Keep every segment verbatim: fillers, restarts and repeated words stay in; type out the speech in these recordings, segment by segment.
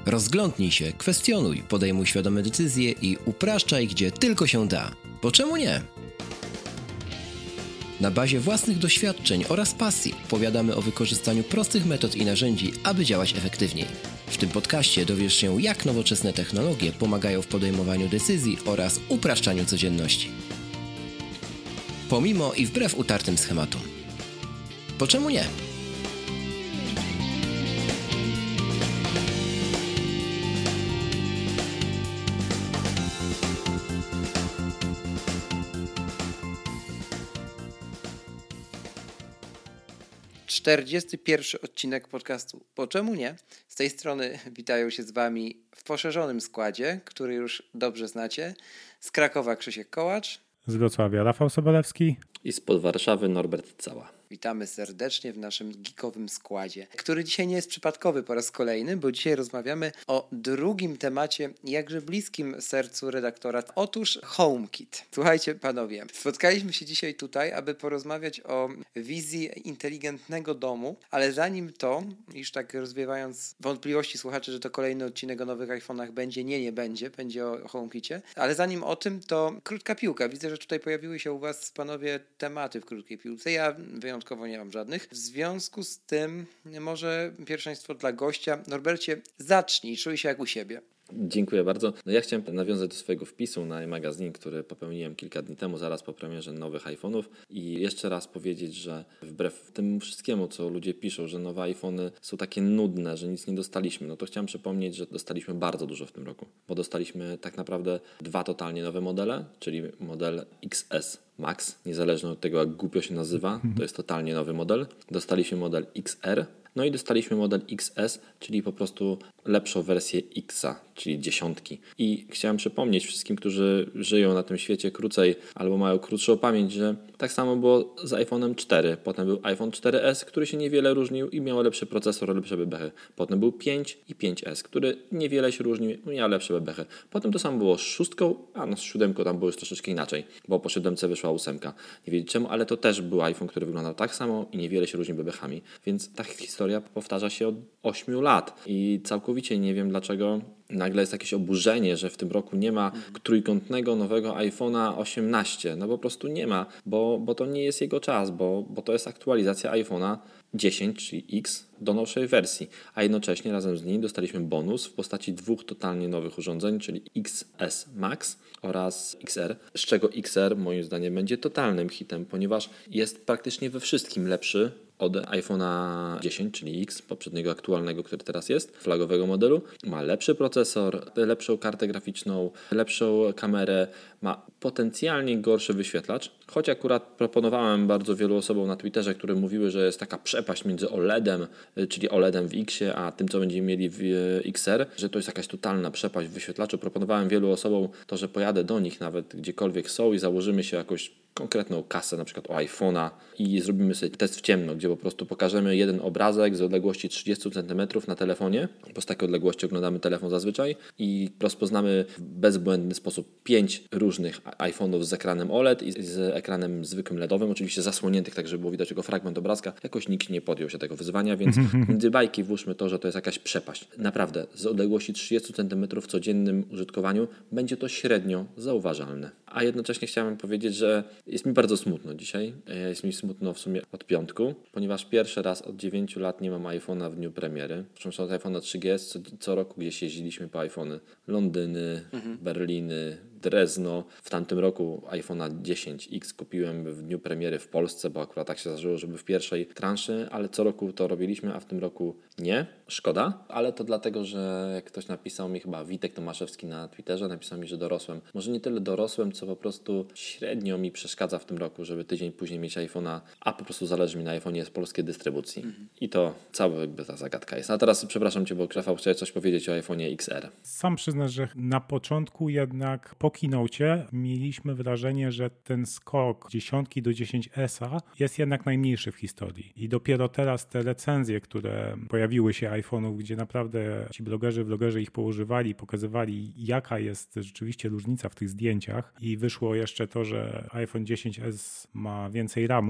Rozglądnij się, kwestionuj, podejmuj świadome decyzje i upraszczaj, gdzie tylko się da. Bo czemu nie? Na bazie własnych doświadczeń oraz pasji opowiadamy o wykorzystaniu prostych metod i narzędzi, aby działać efektywniej. W tym podcaście dowiesz się, jak nowoczesne technologie pomagają w podejmowaniu decyzji oraz upraszczaniu codzienności. Pomimo i wbrew utartym schematom. Bo czemu nie? czterdziesty pierwszy odcinek podcastu Po czemu nie? Z tej strony witają się z Wami w poszerzonym składzie, który już dobrze znacie. Z Krakowa Krzysiek Kołacz. Z Wrocławia Rafał Sobolewski. I spod Warszawy Norbert Cała. Witamy serdecznie w naszym geekowym składzie, który dzisiaj nie jest przypadkowy po raz kolejny, bo dzisiaj rozmawiamy o drugim temacie, jakże bliskim sercu redaktora. Otóż HomeKit. Słuchajcie panowie, spotkaliśmy się dzisiaj tutaj, aby porozmawiać o wizji inteligentnego domu, ale zanim to, już tak rozwiewając wątpliwości słuchaczy, że to kolejny odcinek o nowych iPhone'ach będzie, nie, nie będzie, będzie o HomeKicie, ale zanim o tym, to krótka piłka. Widzę, że tutaj pojawiły się u was panowie tematy w krótkiej piłce. Ja wyjątkowo nie mam żadnych. W związku z tym może pierwszeństwo dla gościa. Norbercie, zacznij, czuj się jak u siebie. Dziękuję bardzo. No ja chciałem nawiązać do swojego wpisu na iMagazine, który popełniłem kilka dni temu, zaraz po premierze nowych iPhone'ów i jeszcze raz powiedzieć, że wbrew temu wszystkiemu, co ludzie piszą, że nowe iPhone'y są takie nudne, że nic nie dostaliśmy, no to chciałem przypomnieć, że dostaliśmy bardzo dużo w tym roku, bo dostaliśmy tak naprawdę dwa totalnie nowe modele, czyli model X S Max, niezależnie od tego, jak głupio się nazywa, to jest totalnie nowy model. Dostaliśmy model X R, no i dostaliśmy model X S, czyli po prostu lepszą wersję X'a, czyli dziesiątki. I chciałem przypomnieć wszystkim, którzy żyją na tym świecie krócej albo mają krótszą pamięć, że tak samo było z iPhone'em cztery. Potem był iPhone cztery S, który się niewiele różnił i miał lepszy procesor, lepsze bebechy. Potem był pięć i pięć S, który niewiele się różnił i miał lepsze bebechy. Potem to samo było z szóstką, a no z siódemką tam było już troszeczkę inaczej, bo po siódemce wyszła ósemka. Nie wiem czemu, ale to też był iPhone, który wyglądał tak samo i niewiele się różni bebechami. Więc ta historia powtarza się od ośmiu lat i całkowicie nie wiem dlaczego nagle jest jakieś oburzenie, że w tym roku nie ma trójkątnego nowego iPhone'a osiemnaście. No po prostu nie ma, bo, bo to nie jest jego czas, bo, bo to jest aktualizacja iPhone'a dziesięć, czyli X, do nowszej wersji, a jednocześnie razem z nim dostaliśmy bonus w postaci dwóch totalnie nowych urządzeń, czyli X S Max oraz X R, z czego X R moim zdaniem będzie totalnym hitem, ponieważ jest praktycznie we wszystkim lepszy od iPhone'a dziesięć, czyli X, poprzedniego aktualnego, który teraz jest, flagowego modelu. Ma lepszy procesor, lepszą kartę graficzną, lepszą kamerę, ma potencjalnie gorszy wyświetlacz, choć akurat proponowałem bardzo wielu osobom na Twitterze, które mówiły, że jest taka przepaść między OLEDem, czyli OLEDem w Xie, a tym, co będziemy mieli w X R, że to jest jakaś totalna przepaść w wyświetlaczu. Proponowałem wielu osobom to, że pojadę do nich nawet gdziekolwiek są i założymy się jakoś konkretną kasę, na przykład o iPhone'a i zrobimy sobie test w ciemno, gdzie po prostu pokażemy jeden obrazek z odległości trzydzieści centymetrów na telefonie, bo z takiej odległości oglądamy telefon zazwyczaj i rozpoznamy w bezbłędny sposób pięć różnych iPhone'ów z ekranem OLED i z ekranem zwykłym LEDowym, oczywiście zasłoniętych, tak żeby było widać tylko fragment obrazka. Jakoś nikt nie podjął się tego wyzwania, więc między bajki włóżmy to, że to jest jakaś przepaść. Naprawdę, z odległości trzydzieści centymetrów w codziennym użytkowaniu będzie to średnio zauważalne. A jednocześnie chciałem powiedzieć, że jest mi bardzo smutno dzisiaj. Jest mi smutno w sumie od piątku, ponieważ pierwszy raz od dziewięciu lat nie mam iPhone'a w dniu premiery. Zresztą od iPhone'a trzy G S co, co roku gdzieś jeździliśmy po iPhone'y. Londyny, mhm. Berliny, Drezno. W tamtym roku iPhone'a dziesięć X kupiłem w dniu premiery w Polsce, bo akurat tak się zdarzyło, żeby w pierwszej transzy, ale co roku to robiliśmy, a w tym roku nie. Szkoda, ale to dlatego, że jak ktoś napisał mi, chyba Witek Tomaszewski na Twitterze, napisał mi, że dorosłem. Może nie tyle dorosłem, co po prostu średnio mi przeszkadza w tym roku, żeby tydzień później mieć iPhone'a, a po prostu zależy mi na iPhone'ie z polskiej dystrybucji. Mhm. I to cała jakby ta zagadka jest. A teraz przepraszam Cię, bo Rafał chciał coś powiedzieć o iPhone'ie X R. Sam przyznasz, że na początku jednak po keynocie mieliśmy wrażenie, że ten skok dziesiątki do dziesięć S a jest jednak najmniejszy w historii. I dopiero teraz te recenzje, które pojawiły się iPhone'ów, gdzie naprawdę ci blogerzy, vlogerzy ich poużywali, pokazywali jaka jest rzeczywiście różnica w tych zdjęciach i wyszło jeszcze to, że iPhone dziesięć S ma więcej ramu,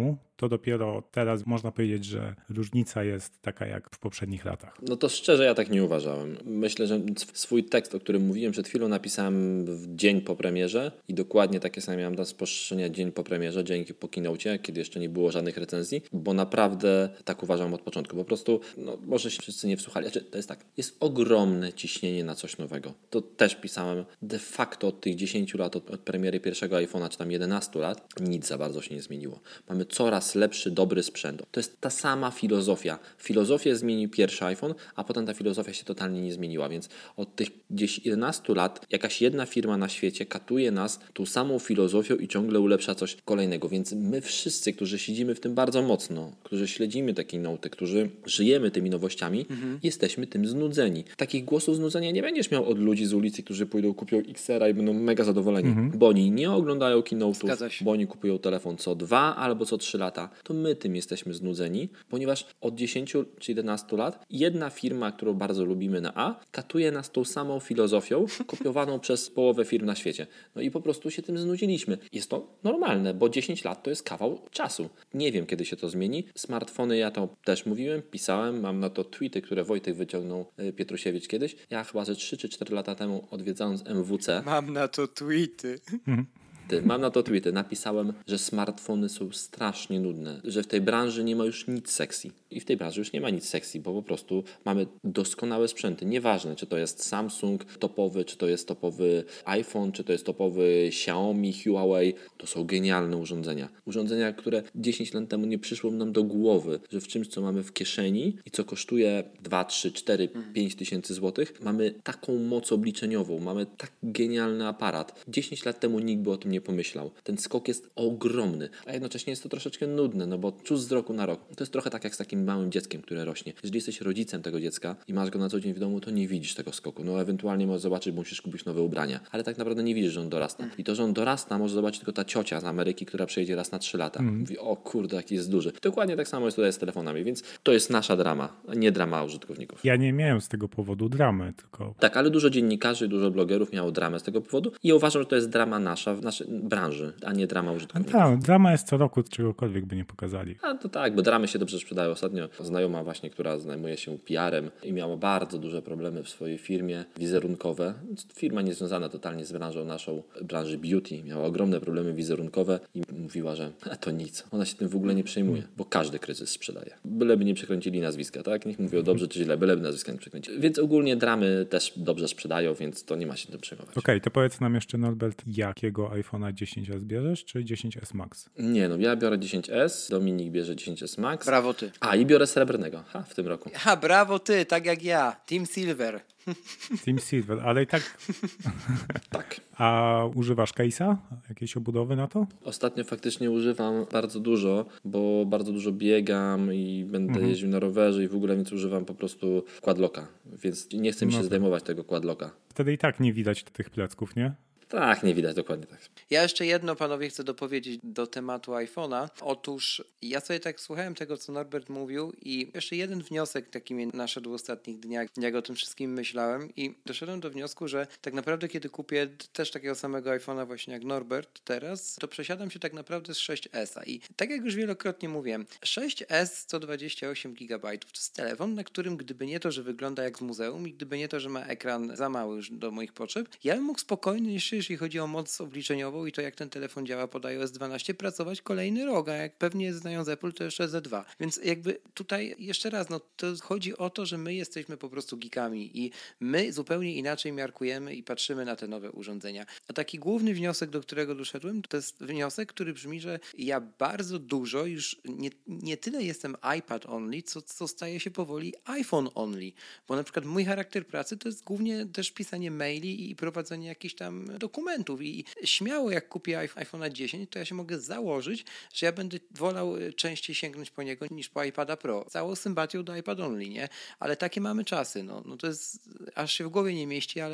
to dopiero teraz można powiedzieć, że różnica jest taka jak w poprzednich latach. No to szczerze ja tak nie uważałem. Myślę, że swój tekst, o którym mówiłem przed chwilą, napisałem w dzień po premierze i dokładnie takie same miałem do spostrzeżenia dzień po premierze, dzień po keynocie, kiedy jeszcze nie było żadnych recenzji, bo naprawdę tak uważam od początku. Po prostu, no może się wszyscy nie wsłuchali. Znaczy, to jest tak, jest ogromne ciśnienie na coś nowego. To też pisałem de facto od tych dziesięciu lat, od, od premiery pierwszego iPhone'a, czy tam jedenastu lat, nic za bardzo się nie zmieniło. Mamy coraz lepszy, dobry sprzęt. To jest ta sama filozofia. Filozofię zmienił pierwszy iPhone, a potem ta filozofia się totalnie nie zmieniła, więc od tych jedenastu lat jakaś jedna firma na świecie katuje nas tą samą filozofią i ciągle ulepsza coś kolejnego, więc my wszyscy, którzy siedzimy w tym bardzo mocno, którzy śledzimy takie noty, którzy żyjemy tymi nowościami, mhm. jesteśmy tym znudzeni. Takich głosów znudzenia nie będziesz miał od ludzi z ulicy, którzy pójdą, kupią X R a i będą mega zadowoleni, mhm. bo oni nie oglądają keynote'ów, bo oni kupują telefon co dwa albo co trzy lata. To my tym jesteśmy znudzeni, ponieważ od dziesięciu czy jedenastu lat jedna firma, którą bardzo lubimy na A, katuje nas tą samą filozofią, kopiowaną przez połowę firm na świecie. No i po prostu się tym znudziliśmy. Jest to normalne, bo dziesięć lat to jest kawał czasu. Nie wiem, kiedy się to zmieni. Smartfony, ja to też mówiłem, pisałem, mam na to tweety, które Wojtek wyciągnął, Pietrusiewicz kiedyś. Ja chyba ze trzy czy cztery lata temu, odwiedzając M W C... Mam na to tweety. Ty, mam na to tweety. Napisałem, że smartfony są strasznie nudne, że w tej branży nie ma już nic sexy. I w tej branży już nie ma nic sexy, bo po prostu mamy doskonałe sprzęty. Nieważne, czy to jest Samsung topowy, czy to jest topowy iPhone, czy to jest topowy Xiaomi, Huawei. To są genialne urządzenia. Urządzenia, które dziesięć lat temu nie przyszło nam do głowy, że w czymś, co mamy w kieszeni i co kosztuje dwa, trzy, cztery, pięć tysięcy złotych, mamy taką moc obliczeniową, mamy tak genialny aparat. dziesięć lat temu nikt by o tym nie pomyślał. Ten skok jest ogromny, a jednocześnie jest to troszeczkę nudne, no bo czuć z roku na rok. To jest trochę tak jak z takim małym dzieckiem, które rośnie. Jeżeli jesteś rodzicem tego dziecka i masz go na co dzień w domu, to nie widzisz tego skoku. No ewentualnie możesz zobaczyć, bo musisz kupić nowe ubrania, ale tak naprawdę nie widzisz, że on dorasta. I to, że on dorasta, może zobaczyć tylko ta ciocia z Ameryki, która przyjedzie raz na trzy lata. Mm. Mówi, o kurde, jaki jest duży. Dokładnie tak samo jest tutaj z telefonami, więc to jest nasza drama, a nie drama użytkowników. Ja nie miałem z tego powodu dramy, tylko... Tak, ale dużo dziennikarzy, dużo blogerów miało dramę z tego powodu i ja uważam, że to jest drama nasza w naszej branży, a nie drama użytkowników. Tak, drama jest co roku, czegokolwiek by nie pokazali. A to tak, bo dramy się dobrze sprzedają. Ostatnio znajoma właśnie, która zajmuje się P R em i miała bardzo duże problemy w swojej firmie wizerunkowe. Firma niezwiązana totalnie z branżą naszą, branży beauty. Miała ogromne problemy wizerunkowe i mówiła, że a to nic. Ona się tym w ogóle nie przejmuje, bo każdy kryzys sprzedaje. Byleby nie przekręcili nazwiska, tak? Niech mówią dobrze czy źle, byleby nazwiska nie przekręcili. Więc ogólnie dramy też dobrze sprzedają, więc to nie ma się tym przejmować. Okej, okay, to powiedz nam jeszcze, Norbert, jakiego iPhone'a dziesięć S bierzesz, czy dziesięć S Max? Nie, no ja biorę dziesięć S, Dominik bierze dziesięć S Max. Brawo ty. A i biorę srebrnego, ha, w tym roku. Ha, brawo ty, tak jak ja, Team Silver. Team Silver, ale i tak... Tak. A używasz case'a? Jakiejś obudowy na to? Ostatnio faktycznie używam bardzo dużo, bo bardzo dużo biegam i będę mhm. jeździł na rowerze i w ogóle, więc używam po prostu quadlocka, więc nie chcę mi się no zdejmować tego quadlocka. Wtedy i tak nie widać tych plecków, nie? Tak, nie widać, dokładnie tak. Ja jeszcze jedno, panowie, chcę dopowiedzieć do tematu iPhone'a. Otóż ja sobie tak słuchałem tego, co Norbert mówił i jeszcze jeden wniosek taki mi naszedł w ostatnich dniach, jak o tym wszystkim myślałem i doszedłem do wniosku, że tak naprawdę kiedy kupię też takiego samego iPhone'a właśnie jak Norbert teraz, to przesiadam się tak naprawdę z sześć S a i tak jak już wielokrotnie mówiłem, sześć S sto dwadzieścia osiem gigabajtów to jest telefon, na którym gdyby nie to, że wygląda jak z muzeum i gdyby nie to, że ma ekran za mały już do moich potrzeb, ja bym mógł spokojnie jeszcze jeśli chodzi o moc obliczeniową i to jak ten telefon działa pod iOS dwanaście, pracować kolejny rok, a jak pewnie znają z Apple, to jeszcze Z dwa. Więc jakby tutaj jeszcze raz, no to chodzi o to, że my jesteśmy po prostu geekami i my zupełnie inaczej miarkujemy i patrzymy na te nowe urządzenia. A taki główny wniosek, do którego doszedłem, to jest wniosek, który brzmi, że ja bardzo dużo już nie, nie tyle jestem iPad only, co, co staje się powoli iPhone only. Bo na przykład mój charakter pracy to jest głównie też pisanie maili i prowadzenie jakichś tam dokumentów i śmiało jak kupię iPhone'a dziesięć, to ja się mogę założyć, że ja będę wolał częściej sięgnąć po niego niż po iPada Pro. Całą sympatią do iPad only, nie? Ale takie mamy czasy, no, no to jest, aż się w głowie nie mieści, ale no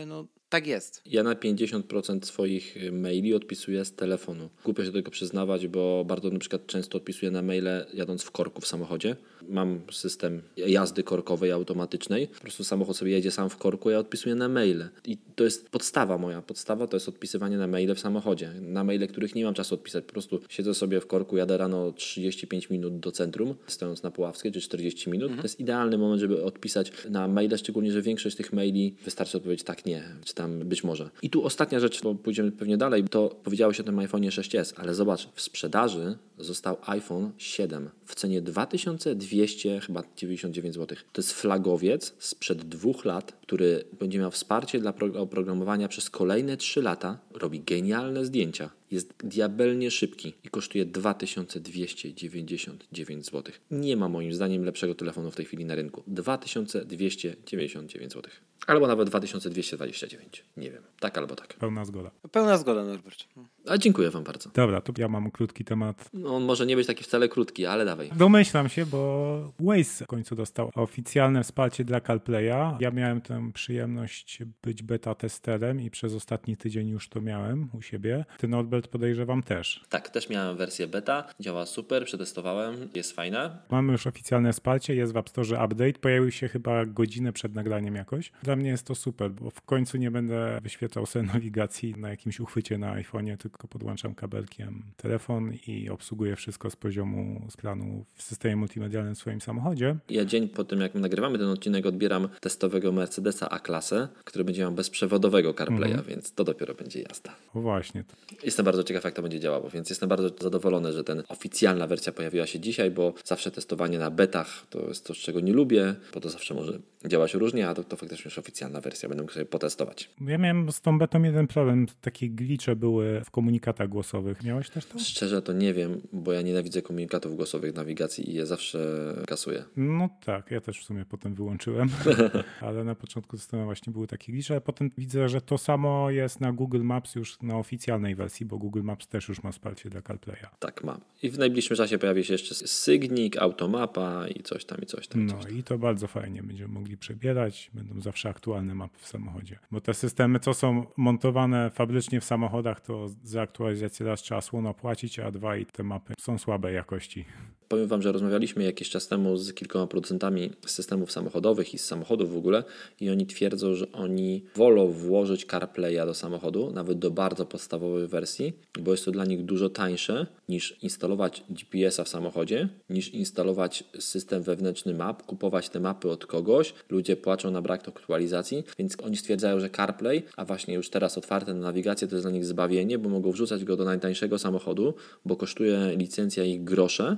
Tak jest. Ja na pięćdziesiąt procent swoich maili odpisuję z telefonu. Głupio się do tego przyznawać, bo bardzo na przykład często odpisuję na maile jadąc w korku w samochodzie. Mam system jazdy korkowej automatycznej. Po prostu samochód sobie jedzie sam w korku, ja odpisuję na maile. I to jest podstawa moja. Podstawa to jest odpisywanie na maile w samochodzie. Na maile, których nie mam czasu odpisać. Po prostu siedzę sobie w korku, jadę rano trzydzieści pięć minut do centrum, stojąc na Puławskiej, czy czterdzieści minut. Mhm. To jest idealny moment, żeby odpisać na maile, szczególnie, że większość tych maili wystarczy odpowiedzieć tak, nie, czy tam być może. I tu ostatnia rzecz, bo pójdziemy pewnie dalej, to powiedziałeś o tym iPhone sześć es, ale zobacz, w sprzedaży został iPhone siedem w cenie dwa tysiące dwieście chyba dziewięćdziesiąt dziewięć złotych. To jest flagowiec sprzed dwóch lat, który będzie miał wsparcie dla oprogramowania przez kolejne trzy lata, robi genialne zdjęcia. Jest diabelnie szybki i kosztuje dwa tysiące dwieście dziewięćdziesiąt dziewięć złotych. Nie ma moim zdaniem lepszego telefonu w tej chwili na rynku. dwa tysiące dwieście dziewięćdziesiąt dziewięć złotych. Albo nawet dwa tysiące dwieście dwadzieścia dziewięć. Nie wiem. Tak albo tak. Pełna zgoda. Pełna zgoda, Norbert. A dziękuję wam bardzo. Dobra, to ja mam krótki temat. No, on może nie być taki wcale krótki, ale dawaj. Domyślam się, bo Waze w końcu dostał oficjalne wsparcie dla CarPlaya. Ja miałem tę przyjemność być beta testerem i przez ostatni tydzień już to miałem u siebie. Ty, Norbert, podejrzewam też. Tak, też miałem wersję beta. Działa super, przetestowałem, jest fajna. Mamy już oficjalne wsparcie, jest w App Store update. Pojawił się chyba godzinę przed nagraniem jakoś. Dla mnie jest to super, bo w końcu nie będę wyświetlał sobie nawigacji na jakimś uchwycie na iPhone'ie, tylko podłączam kabelkiem telefon i obsługuję wszystko z poziomu ekranu w systemie multimedialnym w swoim samochodzie. Ja dzień po tym, jak nagrywamy ten odcinek, odbieram testowego Mercedesa A-klasę, który będzie miał bezprzewodowego CarPlaya, mhm. więc to dopiero będzie jazda. O właśnie. Jestem bardzo ciekaw, jak to będzie działało, więc jestem bardzo zadowolony, że ten oficjalna wersja pojawiła się dzisiaj, bo zawsze testowanie na betach to jest coś, czego nie lubię, bo to zawsze może działać różnie, a to, to faktycznie już oficjalna wersja, będę mógł sobie potestować. Ja miałem z tą betą jeden problem, takie glicze były w komunikatach głosowych. Miałeś też to? Szczerze to nie wiem, bo ja nienawidzę komunikatów głosowych nawigacji i je zawsze kasuję. No tak, ja też w sumie potem wyłączyłem, ale na początku systemu właśnie były takie glicze, a potem widzę, że to samo jest na Google Maps już na oficjalnej wersji, bo Google Maps też już ma wsparcie dla CarPlaya. Tak, ma. I w najbliższym czasie pojawi się jeszcze Sygnik, Automapa i coś tam, i coś tam. No coś tam. i to bardzo fajnie, będziemy mogli przebierać, będą zawsze aktualne mapy w samochodzie. Bo te systemy, co są montowane fabrycznie w samochodach, to za aktualizację raz trzeba słono płacić, a dwa i te mapy są słabej jakości. Powiem wam, że rozmawialiśmy jakiś czas temu z kilkoma producentami systemów samochodowych i z samochodów w ogóle i oni twierdzą, że oni wolą włożyć CarPlaya do samochodu, nawet do bardzo podstawowej wersji, bo jest to dla nich dużo tańsze niż instalować G P S a w samochodzie, niż instalować system wewnętrzny map, kupować te mapy od kogoś. Ludzie płaczą na brak aktualizacji, więc oni stwierdzają, że CarPlay, a właśnie już teraz otwarte na nawigację, to jest dla nich zbawienie, bo mogą wrzucać go do najtańszego samochodu, bo kosztuje licencja ich grosze,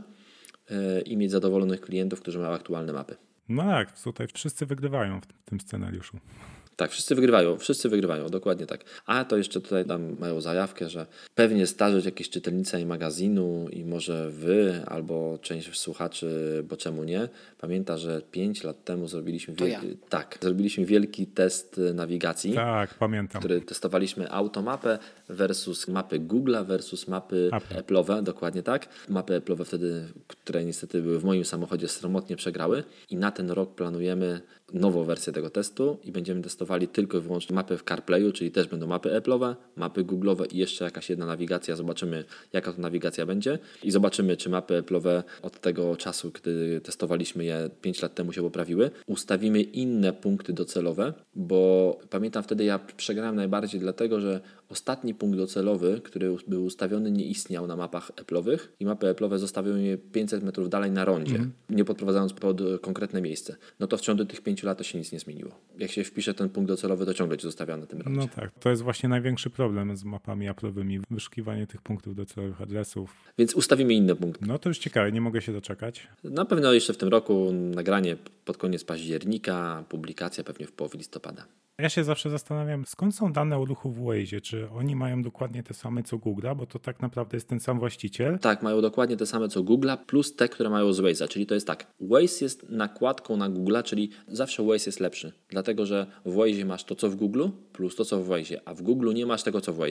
i mieć zadowolonych klientów, którzy mają aktualne mapy. No tak, tutaj wszyscy wygrywają w tym scenariuszu. Tak, wszyscy wygrywają, wszyscy wygrywają, dokładnie tak. A to jeszcze tutaj tam mają zajawkę, że pewnie starzeć jakieś czytelnica i magazynu i może wy albo część słuchaczy, bo czemu nie, pamięta, że pięć lat temu zrobiliśmy wielki, ja. tak, zrobiliśmy wielki test nawigacji. Tak, pamiętam. Który testowaliśmy automapę versus mapy Google'a versus mapy Apple. Apple'owe, dokładnie tak. Mapy Apple'owe wtedy, które niestety były w moim samochodzie, sromotnie przegrały i na ten rok planujemy nową wersję tego testu i będziemy testowali tylko i wyłącznie mapy w CarPlayu, czyli też będą mapy Apple'owe, mapy Google'owe i jeszcze jakaś jedna nawigacja. Zobaczymy, jaka to nawigacja będzie i zobaczymy, czy mapy Apple'owe od tego czasu, gdy testowaliśmy je pięć lat temu, się poprawiły. Ustawimy inne punkty docelowe, bo pamiętam wtedy ja przegrałem najbardziej dlatego, że ostatni punkt docelowy, który był ustawiony, nie istniał na mapach Apple'owych i mapy Apple'owe zostawiły je pięćset metrów dalej na rondzie, mm. nie podprowadzając pod konkretne miejsce. No to w ciągu tych pięciu lat to się nic nie zmieniło. Jak się wpisze ten punkt docelowy, to ciągle ci zostawia na tym rondzie. No tak, to jest właśnie największy problem z mapami Apple'owymi, wyszukiwanie tych punktów docelowych, adresów. Więc ustawimy inne punkty. No to już ciekawe, nie mogę się doczekać. Na pewno jeszcze w tym roku nagranie pod koniec października, publikacja pewnie w połowie listopada. Ja się zawsze zastanawiam, skąd są dane o ruchu w Waze? Czy oni mają dokładnie te same co Google'a, bo to tak naprawdę jest ten sam właściciel? Tak, mają dokładnie te same co Google'a, plus te, które mają z Waze'a. Czyli to jest tak, Waze jest nakładką na Google'a, czyli zawsze Waze jest lepszy. Dlatego, że w Waze'ie masz to, co w Google'u, plus to, co w Waze'ie, a w Google'u nie masz tego, co w Waze'ie.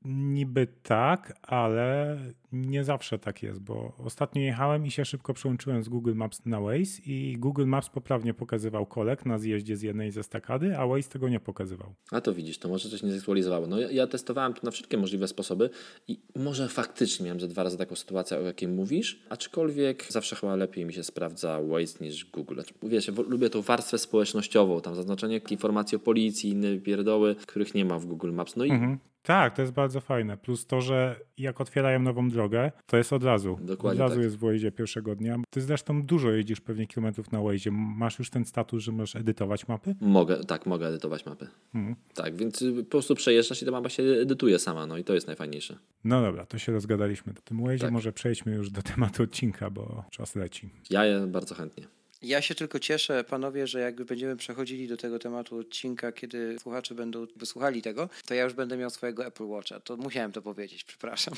Niby tak, ale nie zawsze tak jest, bo ostatnio jechałem i się szybko przełączyłem z Google Maps na Waze i Google Maps poprawnie pokazywał kolek na zjeździe z jednej ze estakady, a Waze tego nie pokazywał. A to widzisz, to może coś nie zaktualizowało. No ja, ja testowałem to na wszystkie możliwe sposoby i może faktycznie miałem ze dwa razy taką sytuację, o jakiej mówisz, aczkolwiek zawsze chyba lepiej mi się sprawdza Waze niż Google. Znaczy, wiesz, ja lubię tą warstwę społecznościową, tam zaznaczenie informacji o policji, inne pierdoły, których nie ma w Google Maps. No i mhm. Tak, to jest bardzo fajne. Plus to, że jak otwierają nową drogę, to jest od razu. Dokładnie od razu tak. jest w Waze'ie pierwszego dnia. Ty zresztą dużo jeździsz pewnie kilometrów na Waze'ie. Masz już ten status, że możesz edytować mapy? Mogę, tak, mogę edytować mapy. Mhm. Tak, więc po prostu przejeżdżasz i ta mapa się edytuje sama, no i to jest najfajniejsze. No dobra, to się rozgadaliśmy. W tym Waze'ie Tak. może przejdźmy już do tematu odcinka, bo czas leci. Ja je bardzo chętnie. Ja się tylko cieszę, panowie, że jakby będziemy przechodzili do tego tematu odcinka, kiedy słuchacze będą wysłuchali tego, to ja już będę miał swojego Apple Watcha. To musiałem to powiedzieć, przepraszam.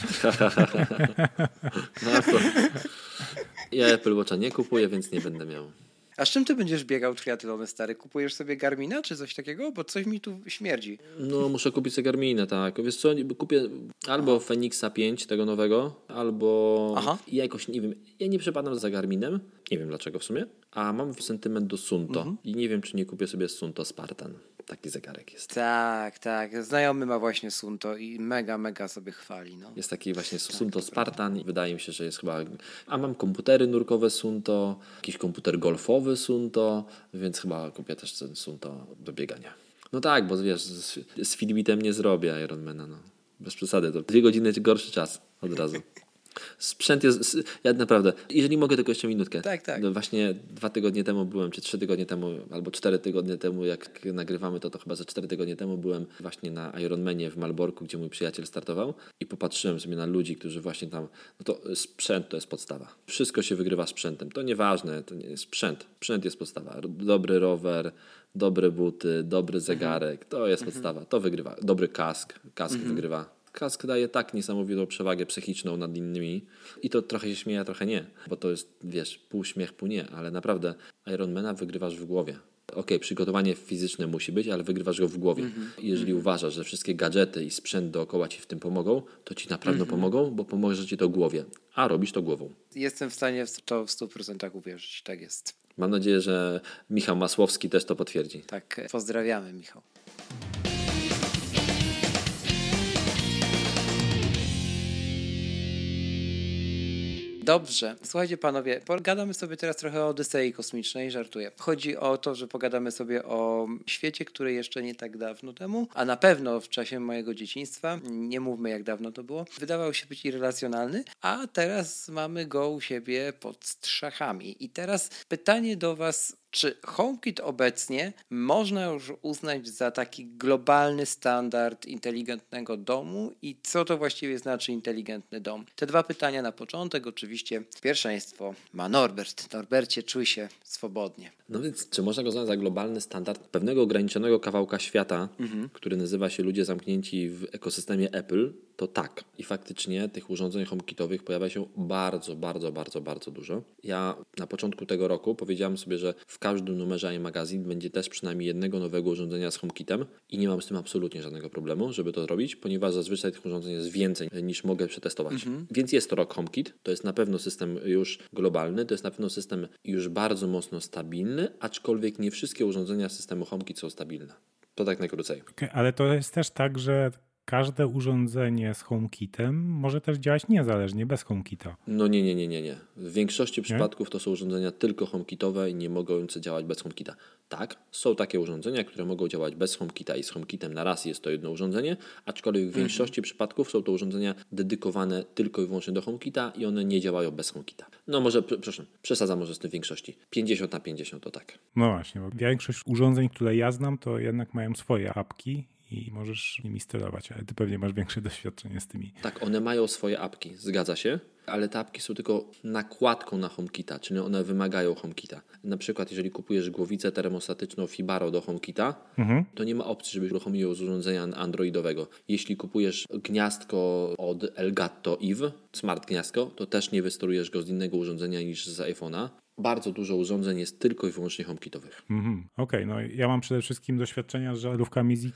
No to ja Apple Watcha nie kupuję, więc nie będę miał. A z czym ty będziesz biegał triatlony, stary? Kupujesz sobie Garmina czy coś takiego? Bo coś mi tu śmierdzi. No muszę kupić sobie Garmina, tak. Wiesz co, kupię albo Aha. Fenixa pięć, tego nowego, albo Aha. ja jakoś, nie wiem, ja nie przepadam za Garminem, nie wiem dlaczego w sumie, a mam sentyment do Sunto mhm. i nie wiem, czy nie kupię sobie Sunto Spartan. Taki zegarek jest. Tak, tak. Znajomy ma właśnie Sunto i mega, mega sobie chwali. No. Jest taki właśnie Sunto tak, Spartan i wydaje mi się, że jest chyba... A mam komputery nurkowe Sunto, jakiś komputer golfowy Sunto, więc chyba kupię też ten Sunto do biegania. No tak, bo wiesz, z, z Fitbitem nie zrobię Ironmana, no. Bez przesady, to dwie godziny gorszy czas od razu. Sprzęt jest, ja naprawdę, jeżeli mogę tylko jeszcze minutkę. Tak, tak. No właśnie dwa tygodnie temu byłem, czy trzy tygodnie temu, albo cztery tygodnie temu, jak nagrywamy to, to chyba za cztery tygodnie temu byłem właśnie na Ironmanie w Malborku, gdzie mój przyjaciel startował i popatrzyłem sobie na ludzi, którzy właśnie tam, no to sprzęt to jest podstawa. Wszystko się wygrywa sprzętem. To nieważne, to nie jest sprzęt. Sprzęt jest podstawa. Dobry rower, dobre buty, dobry zegarek, to jest podstawa. To wygrywa. Dobry kask, kask mhm. wygrywa. Kask daje tak niesamowitą przewagę psychiczną nad innymi i to trochę się śmieje, a trochę nie, bo to jest, wiesz, pół śmiech, pół nie, ale naprawdę Ironmana wygrywasz w głowie. Okej, okay, przygotowanie fizyczne musi być, ale wygrywasz go w głowie. Mm-hmm. Jeżeli mm-hmm. uważasz, że wszystkie gadżety i sprzęt dookoła ci w tym pomogą, to ci naprawdę mm-hmm. pomogą, bo pomoże ci to głowie, a robisz to głową. Jestem w stanie w to w stu procentach uwierzyć, tak jest. Mam nadzieję, że Michał Masłowski też to potwierdzi. Tak, pozdrawiamy, Michał. Dobrze. Słuchajcie panowie, pogadamy sobie teraz trochę o Odysei Kosmicznej, żartuję. Chodzi o to, że pogadamy sobie o świecie, który jeszcze nie tak dawno temu, a na pewno w czasie mojego dzieciństwa, nie mówmy jak dawno to było, wydawał się być irracjonalny, a teraz mamy go u siebie pod strzechami. I teraz pytanie do was, czy HomeKit obecnie można już uznać za taki globalny standard inteligentnego domu i co to właściwie znaczy inteligentny dom? Te dwa pytania na początek. Oczywiście pierwszeństwo ma Norbert. Norbercie, czuj się swobodnie. No więc czy można go uznać za globalny standard pewnego ograniczonego kawałka świata, mhm. który nazywa się ludzie zamknięci w ekosystemie Apple? To tak. I faktycznie tych urządzeń HomeKitowych pojawia się bardzo, bardzo, bardzo, bardzo dużo. Ja na początku tego roku powiedziałem sobie, że w każdym numerze iMagazine będzie też przynajmniej jednego nowego urządzenia z HomeKitem i nie mam z tym absolutnie żadnego problemu, żeby to zrobić, ponieważ zazwyczaj tych urządzeń jest więcej niż mogę przetestować. Mhm. Więc jest to rok HomeKit. To jest na pewno system już globalny, to jest na pewno system już bardzo mocno stabilny, aczkolwiek nie wszystkie urządzenia systemu HomeKit są stabilne. To tak najkrócej. Okay, ale to jest też tak, że każde urządzenie z HomeKitem może też działać niezależnie, bez HomeKita. No nie, nie, nie, nie, nie. W większości nie? przypadków to są urządzenia tylko HomeKitowe i nie mogą działać bez HomeKita. Tak, są takie urządzenia, które mogą działać bez HomeKita i z HomeKitem na raz jest to jedno urządzenie, aczkolwiek w większości mhm. przypadków są to urządzenia dedykowane tylko i wyłącznie do HomeKita i one nie działają bez HomeKita. No może, przepraszam, przesadzam może z tym w większości. pięćdziesiąt na pięćdziesiąt to tak. No właśnie, bo większość urządzeń, które ja znam, to jednak mają swoje apki i możesz nimi sterować, ale ty pewnie masz większe doświadczenie z tymi. Tak, one mają swoje apki, zgadza się, ale te apki są tylko nakładką na HomeKita, czyli one wymagają HomeKita. Na przykład jeżeli kupujesz głowicę termostatyczną Fibaro do HomeKita, mhm. to nie ma opcji, żebyś uruchomił ją z urządzenia androidowego. Jeśli kupujesz gniazdko od Elgato Eve, smart gniazdko, to też nie wysterujesz go z innego urządzenia niż z iPhone'a. Bardzo dużo urządzeń jest tylko i wyłącznie HomeKitowych. Mhm. Okej, okay, no ja mam przede wszystkim doświadczenia z żarówkami z IKEA.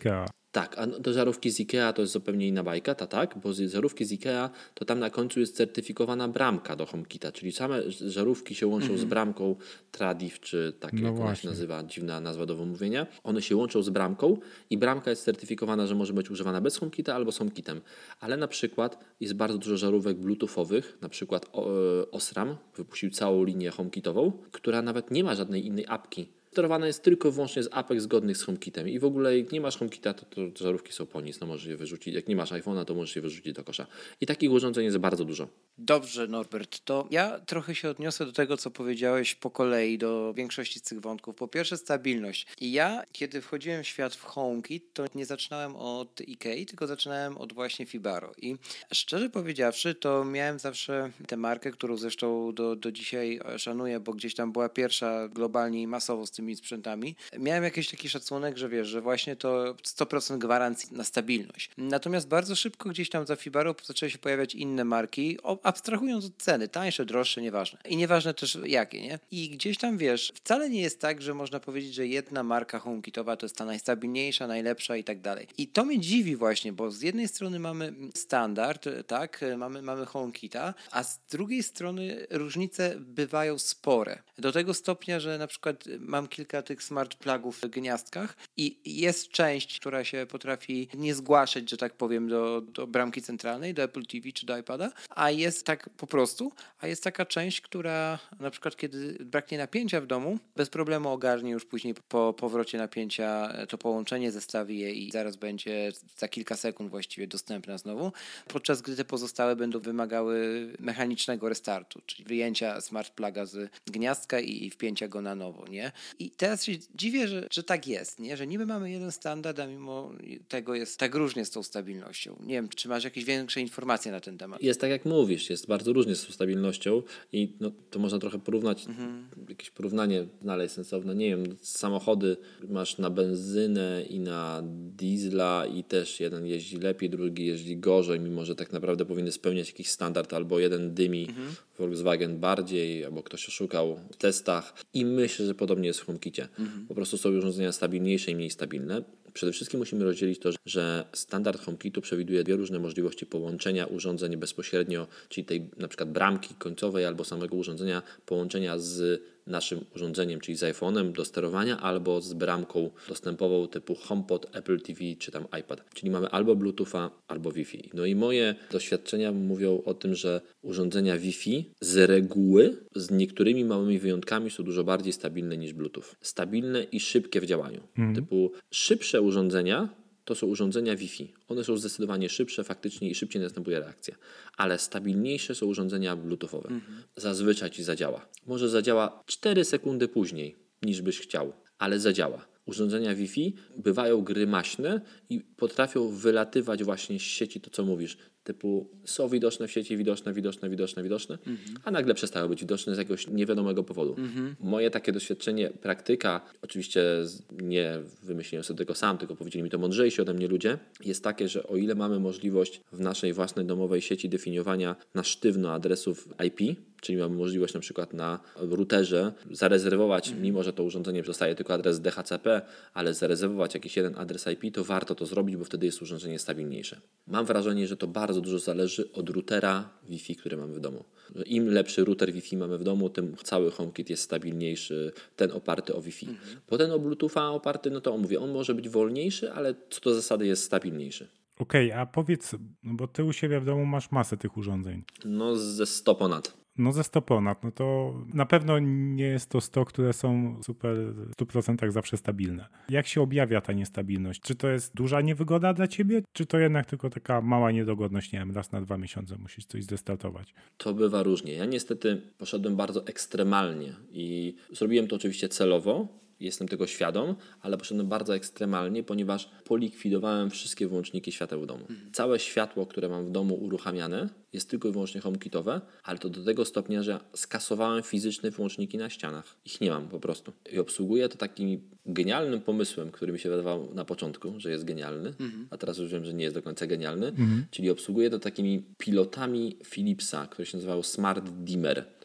Tak, a do żarówki z Ikea to jest zupełnie inna bajka, ta tak, bo z żarówki z Ikea to tam na końcu jest certyfikowana bramka do HomeKita, czyli same żarówki się łączą mm-hmm. z bramką Tradif, czy tak no jak ona się nazywa, dziwna nazwa do wymówienia. One się łączą z bramką i bramka jest certyfikowana, że może być używana bez HomeKita albo z HomeKitem. Ale na przykład jest bardzo dużo żarówek bluetoothowych, na przykład Osram wypuścił całą linię HomeKitową, która nawet nie ma żadnej innej apki. Sterowana jest tylko i wyłącznie z apek zgodnych z HomeKitem i w ogóle jak nie masz HomeKita, to, to żarówki są po nic, no możesz je wyrzucić. Jak nie masz iPhone'a, to możesz je wyrzucić do kosza. I takich urządzeń jest bardzo dużo. Dobrze, Norbert, to ja trochę się odniosę do tego, co powiedziałeś po kolei, do większości z tych wątków. Po pierwsze stabilność. I ja, kiedy wchodziłem w świat w HomeKit, to nie zaczynałem od Ikei, tylko zaczynałem od właśnie Fibaro. I szczerze powiedziawszy, to miałem zawsze tę markę, którą zresztą do, do dzisiaj szanuję, bo gdzieś tam była pierwsza globalnie i masowo z tymi sprzętami. Miałem jakiś taki szacunek, że wiesz, że właśnie to sto procent gwarancji na stabilność. Natomiast bardzo szybko gdzieś tam za Fibaro zaczęły się pojawiać inne marki, abstrahując od ceny, tańsze, droższe, nieważne. I nieważne też jakie, nie? I gdzieś tam wiesz, wcale nie jest tak, że można powiedzieć, że jedna marka HomeKitowa to jest ta najstabilniejsza, najlepsza i tak dalej. I to mnie dziwi właśnie, bo z jednej strony mamy standard, tak, mamy, mamy HomeKita, a z drugiej strony różnice bywają spore. Do tego stopnia, że na przykład mam kilka tych smart plugów w gniazdkach i jest część, która się potrafi nie zgłaszać, że tak powiem, do, do bramki centralnej, do Apple T V czy do iPada, a jest tak po prostu, a jest taka część, która na przykład kiedy braknie napięcia w domu, bez problemu ogarnie już później po powrocie napięcia to połączenie, zestawi je i zaraz będzie za kilka sekund właściwie dostępna znowu, podczas gdy te pozostałe będą wymagały mechanicznego restartu, czyli wyjęcia smart pluga z gniazdka i wpięcia go na nowo, nie? I teraz się dziwię, że, że tak jest, nie? Że niby mamy jeden standard, a mimo tego jest tak różnie z tą stabilnością. Nie wiem, czy masz jakieś większe informacje na ten temat? Jest tak jak mówisz, jest bardzo różnie z tą stabilnością i no, to można trochę porównać, mhm. jakieś porównanie znaleźć sensowne. Nie wiem, samochody masz na benzynę i na diesla i też jeden jeździ lepiej, drugi jeździ gorzej, mimo że tak naprawdę powinny spełniać jakiś standard, albo jeden dymi, mhm. Volkswagen bardziej, albo ktoś oszukał w testach i myślę, że podobnie jest w HomeKicie. Mhm. Po prostu są urządzenia stabilniejsze i mniej stabilne. Przede wszystkim musimy rozdzielić to, że standard HomeKitu przewiduje dwie różne możliwości połączenia urządzeń bezpośrednio, czyli tej na przykład bramki końcowej albo samego urządzenia, połączenia z naszym urządzeniem, czyli z iPhone'em do sterowania albo z bramką dostępową typu HomePod, Apple T V czy tam iPad. Czyli mamy albo Bluetootha, albo Wi-Fi. No i moje doświadczenia mówią o tym, że urządzenia Wi-Fi z reguły, z niektórymi małymi wyjątkami są dużo bardziej stabilne niż Bluetooth. Stabilne i szybkie w działaniu. Mhm. Typu szybsze urządzenia to są urządzenia Wi-Fi. One są zdecydowanie szybsze faktycznie i szybciej następuje reakcja. Ale stabilniejsze są urządzenia bluetoothowe. Mhm. Zazwyczaj ci zadziała. Może zadziała cztery sekundy później niż byś chciał, ale zadziała. Urządzenia Wi-Fi bywają grymaśne i potrafią wylatywać właśnie z sieci to, co mówisz. Typu są widoczne w sieci, widoczne, widoczne, widoczne, widoczne, mhm. a nagle przestały być widoczne z jakiegoś niewiadomego powodu. Mhm. Moje takie doświadczenie, praktyka, oczywiście nie wymyśliłem sobie tego sam, tylko powiedzieli mi to mądrzejsi ode mnie ludzie, jest takie, że o ile mamy możliwość w naszej własnej domowej sieci definiowania na sztywno adresów I P, czyli mamy możliwość na przykład na routerze zarezerwować, mhm. mimo że to urządzenie dostaje tylko adres D H C P, ale zarezerwować jakiś jeden adres I P, to warto to zrobić, bo wtedy jest urządzenie stabilniejsze. Mam wrażenie, że to bardzo dużo zależy od routera Wi-Fi, który mamy w domu. Im lepszy router Wi-Fi mamy w domu, tym cały HomeKit jest stabilniejszy, ten oparty o Wi-Fi. Mhm. Bo ten o Bluetootha oparty, no to on mówię, on może być wolniejszy, ale co do zasady jest stabilniejszy. Okej, okay, a powiedz, bo ty u siebie w domu masz masę tych urządzeń. No ze sto ponad. No ze sto ponad, no to na pewno nie jest to sto, które są super w stu procentach zawsze stabilne. Jak się objawia ta niestabilność? Czy to jest duża niewygoda dla ciebie, czy to jednak tylko taka mała niedogodność, nie wiem, raz na dwa miesiące musisz coś zrestartować? To bywa różnie. Ja niestety poszedłem bardzo ekstremalnie i zrobiłem to oczywiście celowo. Jestem tego świadom, ale poszedłem bardzo ekstremalnie, ponieważ polikwidowałem wszystkie wyłączniki świateł w domu. Mhm. Całe światło, które mam w domu uruchamiane, jest tylko i wyłącznie HomeKitowe, ale to do tego stopnia, że skasowałem fizyczne wyłączniki na ścianach. Ich nie mam po prostu. I obsługuję to takim genialnym pomysłem, który mi się wydawał na początku, że jest genialny, mhm. a teraz już wiem, że nie jest do końca genialny, mhm. czyli obsługuję to takimi pilotami Philipsa, które się nazywało Smart Dimmer. To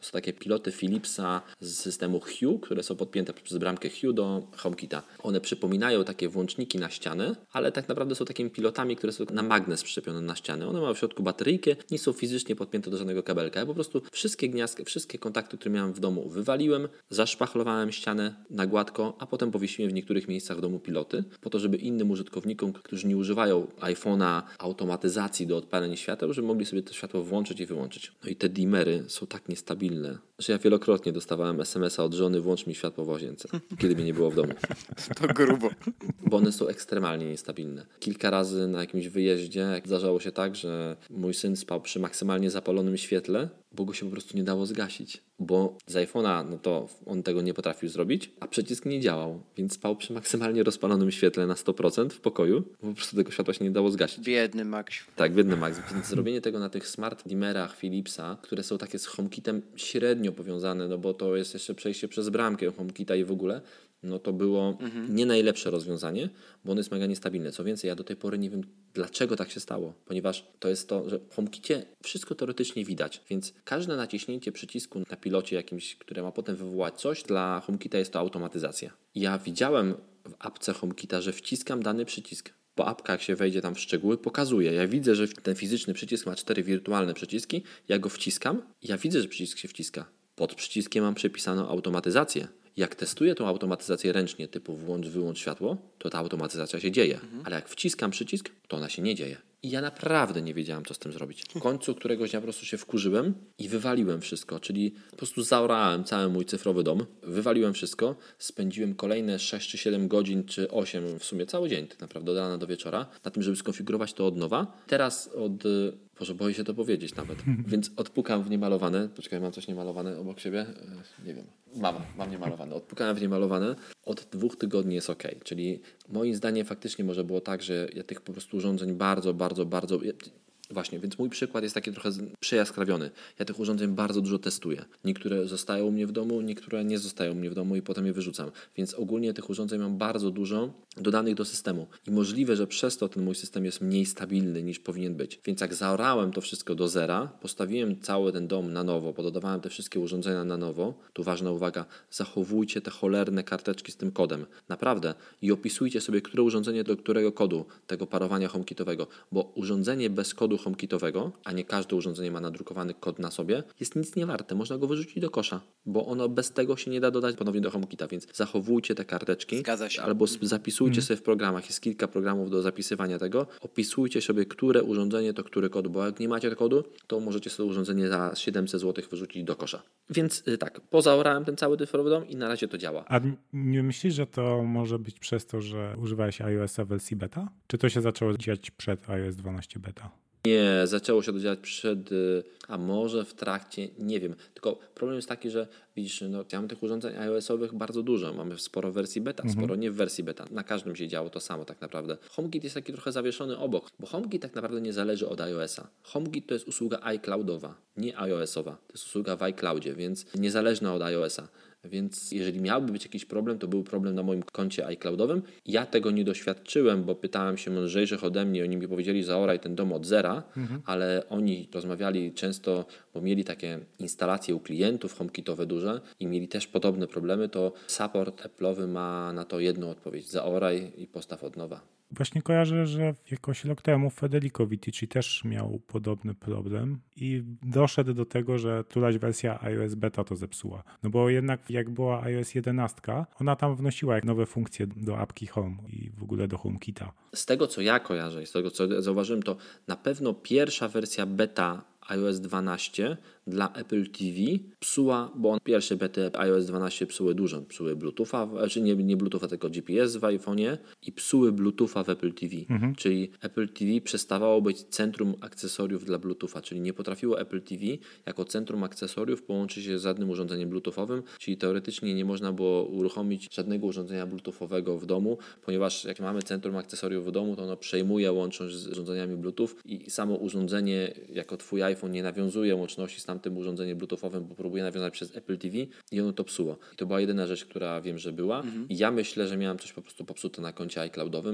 To są takie piloty Philipsa z systemu Hue, które są podpięte przez bramkę Hue do HomeKita. One przypominają takie włączniki na ścianę, ale tak naprawdę są takimi pilotami, które są na magnes przyczepione na ścianę. One mają w środku bateryjkę, nie są fizycznie podpięte do żadnego kabelka. Ja po prostu wszystkie gniazdka, wszystkie kontakty, które miałem w domu, wywaliłem, zaszpachlowałem ścianę na gładko, a potem powiesiłem w niektórych miejscach w domu piloty, po to, żeby innym użytkownikom, którzy nie używają iPhone'a, automatyzacji do odpalenia świateł, żeby mogli sobie to światło włączyć i wyłączyć. No i te dimmery są tak niestabilne, że ja wielokrotnie dostawałem es em es a od żony: włącz mi światło w łazience, kiedy mnie nie było w domu. To grubo. Bo one są ekstremalnie niestabilne. Kilka razy na jakimś wyjeździe zdarzało się tak, że mój syn spał przy maksymalnie zapalonym świetle, bo go się po prostu nie dało zgasić. Bo z iPhone'a, no to on tego nie potrafił zrobić, a przycisk nie działał, więc spał przy maksymalnie rozpalonym świetle na sto procent w pokoju, bo po prostu tego światła się nie dało zgasić. Biedny Maksiu. Tak, biedny Max. Więc zrobienie tego na tych smart dimmerach Philipsa, które są takie z HomeKitem średnio powiązane, no bo to jest jeszcze przejście przez bramkę HomeKita i w ogóle, no to było mhm. nie najlepsze rozwiązanie, bo ono jest mega niestabilne. Co więcej, ja do tej pory nie wiem, dlaczego tak się stało, ponieważ to jest to, że w HomeKicie wszystko teoretycznie widać, więc każde naciśnięcie przycisku na pilocie jakimś, które ma potem wywołać coś, dla HomeKita jest to automatyzacja. Ja widziałem w apce HomeKita, że wciskam dany przycisk. Bo apka, jak się wejdzie tam w szczegóły, pokazuje. Ja widzę, że ten fizyczny przycisk ma cztery wirtualne przyciski, ja go wciskam i ja widzę, że przycisk się wciska. Pod przyciskiem mam przepisaną automatyzację. Jak testuję tą automatyzację ręcznie, typu włącz, wyłącz światło, to ta automatyzacja się dzieje. Mhm. Ale jak wciskam przycisk, to ona się nie dzieje. I ja naprawdę nie wiedziałem, co z tym zrobić. W końcu któregoś dnia po prostu się wkurzyłem i wywaliłem wszystko, czyli po prostu zaorałem cały mój cyfrowy dom, wywaliłem wszystko, spędziłem kolejne sześć czy siedem godzin, czy osiem, w sumie cały dzień tak naprawdę, od rana do wieczora, na tym, żeby skonfigurować to od nowa. Teraz od... Boże, boję się to powiedzieć nawet. Więc odpukam w niemalowane. Poczekaj, mam coś niemalowane obok siebie? Nie wiem. Mam, mam niemalowane. Odpukałem w niemalowane. Od dwóch tygodni jest ok. Czyli moim zdaniem faktycznie może było tak, że ja tych po prostu urządzeń bardzo, bardzo, bardzo... Właśnie, więc mój przykład jest taki trochę przejaskrawiony. Ja tych urządzeń bardzo dużo testuję. Niektóre zostają u mnie w domu, niektóre nie zostają u mnie w domu i potem je wyrzucam. Więc ogólnie tych urządzeń mam bardzo dużo dodanych do systemu. I możliwe, że przez to ten mój system jest mniej stabilny niż powinien być. Więc jak zaorałem to wszystko do zera, postawiłem cały ten dom na nowo, pododawałem te wszystkie urządzenia na nowo, tu ważna uwaga, zachowujcie te cholerne karteczki z tym kodem. Naprawdę. I opisujcie sobie, które urządzenie do którego kodu, tego parowania HomeKitowego. Bo urządzenie bez kodu HomeKitowego, a nie każde urządzenie ma nadrukowany kod na sobie, jest nic nie warte. Można go wyrzucić do kosza, bo ono bez tego się nie da dodać ponownie do HomeKita, więc zachowujcie te karteczki. Zgadza się. Albo zapisujcie mm. sobie w programach, jest kilka programów do zapisywania tego, opisujcie sobie, które urządzenie to który kod, bo jak nie macie kodu, to możecie sobie urządzenie za siedemset złotych wyrzucić do kosza. Więc yy, tak, pozaorałem ten cały cyfrowy dom i na razie to działa. A nie myślisz, że to może być przez to, że używałeś iOS-a w wersji beta? Czy to się zaczęło dziać przed iOS dwanaście beta? Nie, zaczęło się to dziać przed, a może w trakcie, nie wiem. Tylko problem jest taki, że widzisz, no, ja mam tych urządzeń iOS-owych bardzo dużo. Mamy sporo wersji beta, mhm. sporo nie w wersji beta. Na każdym się działo to samo tak naprawdę. HomeKit jest taki trochę zawieszony obok, bo HomeKit tak naprawdę nie zależy od iOS-a. HomeKit to jest usługa iCloudowa, nie iOS-owa. To jest usługa w iCloudzie, więc niezależna od iOS-a. Więc jeżeli miałby być jakiś problem, to był problem na moim koncie iCloudowym. Ja tego nie doświadczyłem, bo pytałem się mądrzejszych ode mnie, oni mi powiedzieli, zaoraj ten dom od zera, mhm. ale oni rozmawiali często, bo mieli takie instalacje u klientów HomeKitowe duże i mieli też podobne problemy, to support Apple'owy ma na to jedną odpowiedź, zaoraj i postaw od nowa. Właśnie kojarzę, że jakoś rok temu Federico Vitici też miał podobny problem i doszedł do tego, że któraś wersja iOS beta to zepsuła. No bo jednak jak była iOS jedenaście, ona tam wnosiła nowe funkcje do apki Home i w ogóle do HomeKita. Z tego co ja kojarzę i z tego co zauważyłem, to na pewno pierwsza wersja beta iOS dwanaście dla Apple T V psuła, bo on pierwsze bety iOS dwanaście psuły dużo. Psuły Bluetootha, znaczy nie, nie Bluetootha, tylko G P S w iPhone'ie i psuły Bluetootha w Apple T V. Mhm. Czyli Apple T V przestawało być centrum akcesoriów dla Bluetootha, czyli nie potrafiło Apple T V jako centrum akcesoriów połączyć się z żadnym urządzeniem Bluetoothowym, czyli teoretycznie nie można było uruchomić żadnego urządzenia Bluetoothowego w domu, ponieważ jak mamy centrum akcesoriów w domu, to ono przejmuje łączność z urządzeniami Bluetooth i samo urządzenie jako twój iPhone nie nawiązuje łączności z tamtym urządzeniem bluetoothowym, bo próbuje nawiązać przez Apple T V i ono to psuło. I to była jedyna rzecz, która wiem, że była. Mhm. I ja myślę, że miałem coś po prostu popsute na koncie iCloudowym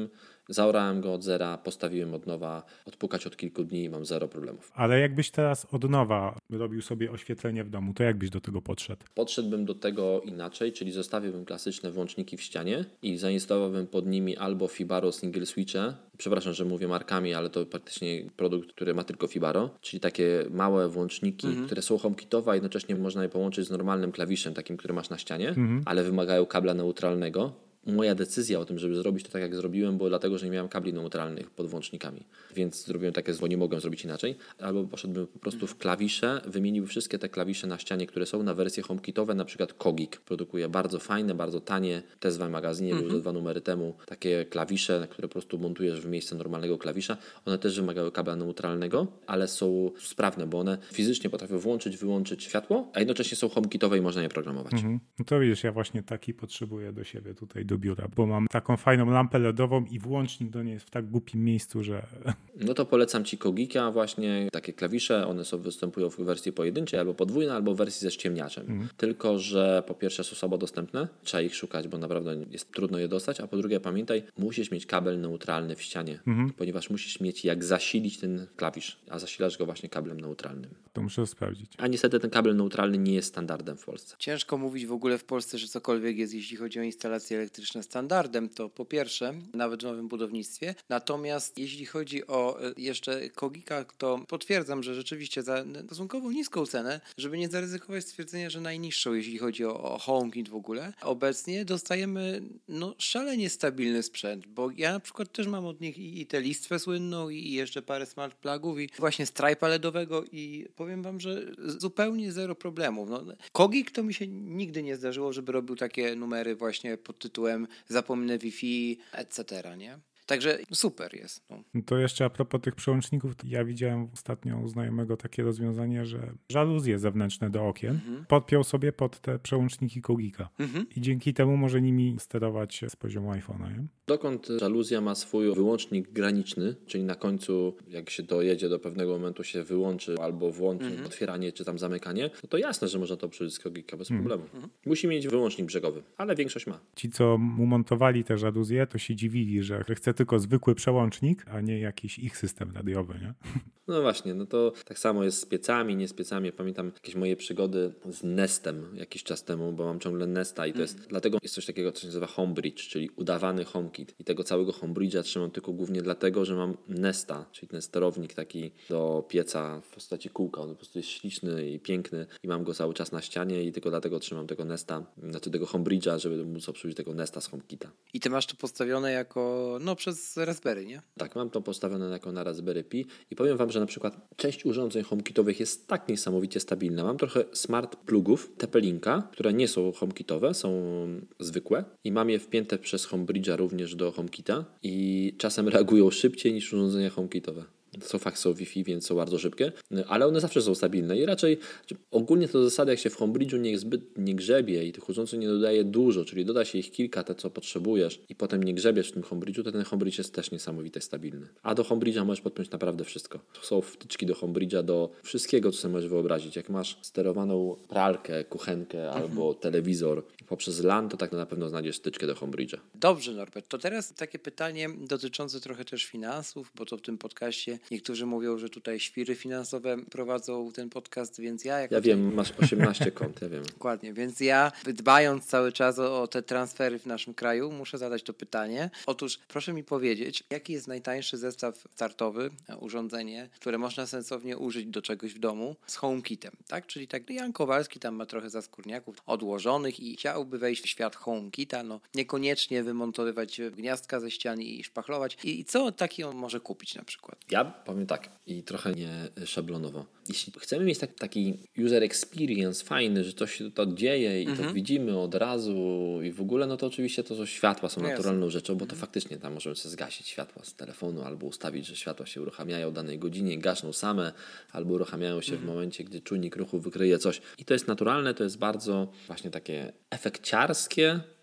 Zaorałem go od zera, postawiłem od nowa, odpukać od kilku dni i mam zero problemów. Ale jakbyś teraz od nowa robił sobie oświetlenie w domu, to jak byś do tego podszedł? Podszedłbym do tego inaczej, czyli zostawiłbym klasyczne włączniki w ścianie i zainstalowałbym pod nimi albo Fibaro single switche, przepraszam, że mówię markami, ale to praktycznie produkt, który ma tylko Fibaro, czyli takie małe włączniki, mhm. które są HomeKitowe, a jednocześnie można je połączyć z normalnym klawiszem, takim, który masz na ścianie, mhm. ale wymagają kabla neutralnego. Moja decyzja o tym, żeby zrobić to tak, jak zrobiłem, było dlatego, że nie miałem kabli neutralnych pod włącznikami. Więc zrobiłem takie, bo nie mogłem zrobić inaczej. Albo poszedłbym po prostu w klawisze, wymienił wszystkie te klawisze na ścianie, które są na wersje HomeKitowe, na przykład Kogik produkuje bardzo fajne, bardzo tanie, też w magazynie, mm-hmm. były dwa numery temu, takie klawisze, które po prostu montujesz w miejsce normalnego klawisza. One też wymagały kabla neutralnego, ale są sprawne, bo one fizycznie potrafią włączyć, wyłączyć światło, a jednocześnie są HomeKitowe i można je programować. Mm-hmm. No to widzisz, ja właśnie taki potrzebuję do siebie tutaj, do biura, bo mam taką fajną lampę L E D ową i włącznik do niej jest w tak głupim miejscu, że... No to polecam Ci Kogika właśnie, takie klawisze, one są, występują w wersji pojedynczej albo podwójnej, albo w wersji ze ściemniaczem. Mm. Tylko, że po pierwsze są słabo dostępne, trzeba ich szukać, bo naprawdę jest trudno je dostać, a po drugie pamiętaj, musisz mieć kabel neutralny w ścianie, mm. ponieważ musisz mieć jak zasilić ten klawisz, a zasilasz go właśnie kablem neutralnym. To muszę sprawdzić. A niestety ten kabel neutralny nie jest standardem w Polsce. Ciężko mówić w ogóle w Polsce, że cokolwiek jest, jeśli chodzi o instalacje elektryczne standardem, to po pierwsze, nawet w nowym budownictwie. Natomiast jeśli chodzi o jeszcze Kogika, to potwierdzam, że rzeczywiście za stosunkowo niską cenę, żeby nie zaryzykować stwierdzenia, że najniższą, jeśli chodzi o, o HomeKit w ogóle, obecnie dostajemy no, szalenie stabilny sprzęt, bo ja na przykład też mam od nich i, i tę listwę słynną i jeszcze parę smart plugów i właśnie Stripe'a L E D owego i powiem wam, że zupełnie zero problemów. No, Kogik to mi się nigdy nie zdarzyło, żeby robił takie numery właśnie pod tytułem zapomnę Wi-Fi, et cetera, nie? Także super jest. No. To jeszcze a propos tych przełączników, ja widziałem ostatnio u znajomego takie rozwiązanie, że żaluzje zewnętrzne do okien mhm. podpiął sobie pod te przełączniki Kogika mhm. i dzięki temu może nimi sterować z poziomu iPhone'a. Nie? Dokąd żaluzja ma swój wyłącznik graniczny, czyli na końcu jak się dojedzie do pewnego momentu się wyłączy albo włączy mhm. otwieranie czy tam zamykanie, no to jasne, że można to przeżyć z Kogika bez mhm. problemu. Mhm. Musi mieć wyłącznik brzegowy, ale większość ma. Ci, co mu montowali te żaluzje, to się dziwili, że chce tylko zwykły przełącznik, a nie jakiś ich system radiowy, nie? No właśnie, no to tak samo jest z piecami, nie z piecami. Pamiętam jakieś moje przygody z Nestem jakiś czas temu, bo mam ciągle Nesta i to jest, mm. dlatego jest coś takiego, co się nazywa Homebridge, czyli udawany HomeKit. I tego całego Homebridge'a trzymam tylko głównie dlatego, że mam Nesta, czyli ten sterownik taki do pieca w postaci kółka. On po prostu jest śliczny i piękny i mam go cały czas na ścianie i tylko dlatego trzymam tego Nesta, znaczy tego Homebridge'a, żeby móc obsłużyć tego Nesta z HomeKita. I ty masz to postawione jako, no przez Raspberry, nie? Tak, mam to postawione jako na Raspberry Pi i powiem wam, że na przykład część urządzeń HomeKitowych jest tak niesamowicie stabilna. Mam trochę smart plugów Tepelinka, które nie są HomeKitowe, są zwykłe i mam je wpięte przez Homebridge'a również do HomeKita i czasem reagują szybciej niż urządzenia HomeKitowe. Są fakt, są Wi-Fi, więc są bardzo szybkie, ale one zawsze są stabilne i raczej ogólnie to zasady, jak się w Homebridge'u nie zbyt nie grzebie i tych urządzeń nie dodaje dużo, czyli doda się ich kilka, te co potrzebujesz i potem nie grzebiesz w tym Homebridge'u, to ten Homebridge jest też niesamowite stabilny. A do Homebridge'a możesz podpiąć naprawdę wszystko. Są wtyczki do Homebridge'a do wszystkiego, co sobie możesz wyobrazić. Jak masz sterowaną pralkę, kuchenkę mhm. albo telewizor poprzez LAN, to tak na pewno znajdziesz wtyczkę do Homebridge'a. Dobrze, Norbert, to teraz takie pytanie dotyczące trochę też finansów, bo to w tym podcaście niektórzy mówią, że tutaj świry finansowe prowadzą ten podcast, więc ja... Jako ja wiem, ten... masz osiemnaście kont, ja wiem. Dokładnie, więc ja dbając cały czas o, o te transfery w naszym kraju, muszę zadać to pytanie. Otóż proszę mi powiedzieć, jaki jest najtańszy zestaw startowy, urządzenie, które można sensownie użyć do czegoś w domu z HomeKitem, tak? Czyli tak Jan Kowalski tam ma trochę zaskórniaków odłożonych i chciałby wejść w świat HomeKita, no niekoniecznie wymontowywać gniazdka ze ścian i szpachlować. I, i co taki on może kupić na przykład? Ja powiem tak i trochę nie szablonowo. Jeśli chcemy mieć tak, taki user experience fajny, że coś się to dzieje i mm-hmm. to widzimy od razu i w ogóle, no to oczywiście to, że światła są naturalną yes. rzeczą, bo to mm-hmm. faktycznie tam możemy sobie zgasić światła z telefonu albo ustawić, że światła się uruchamiają o danej godzinie i gaszną same, albo uruchamiają się mm-hmm. w momencie, gdy czujnik ruchu wykryje coś. I to jest naturalne, to jest bardzo właśnie takie efekciarskie,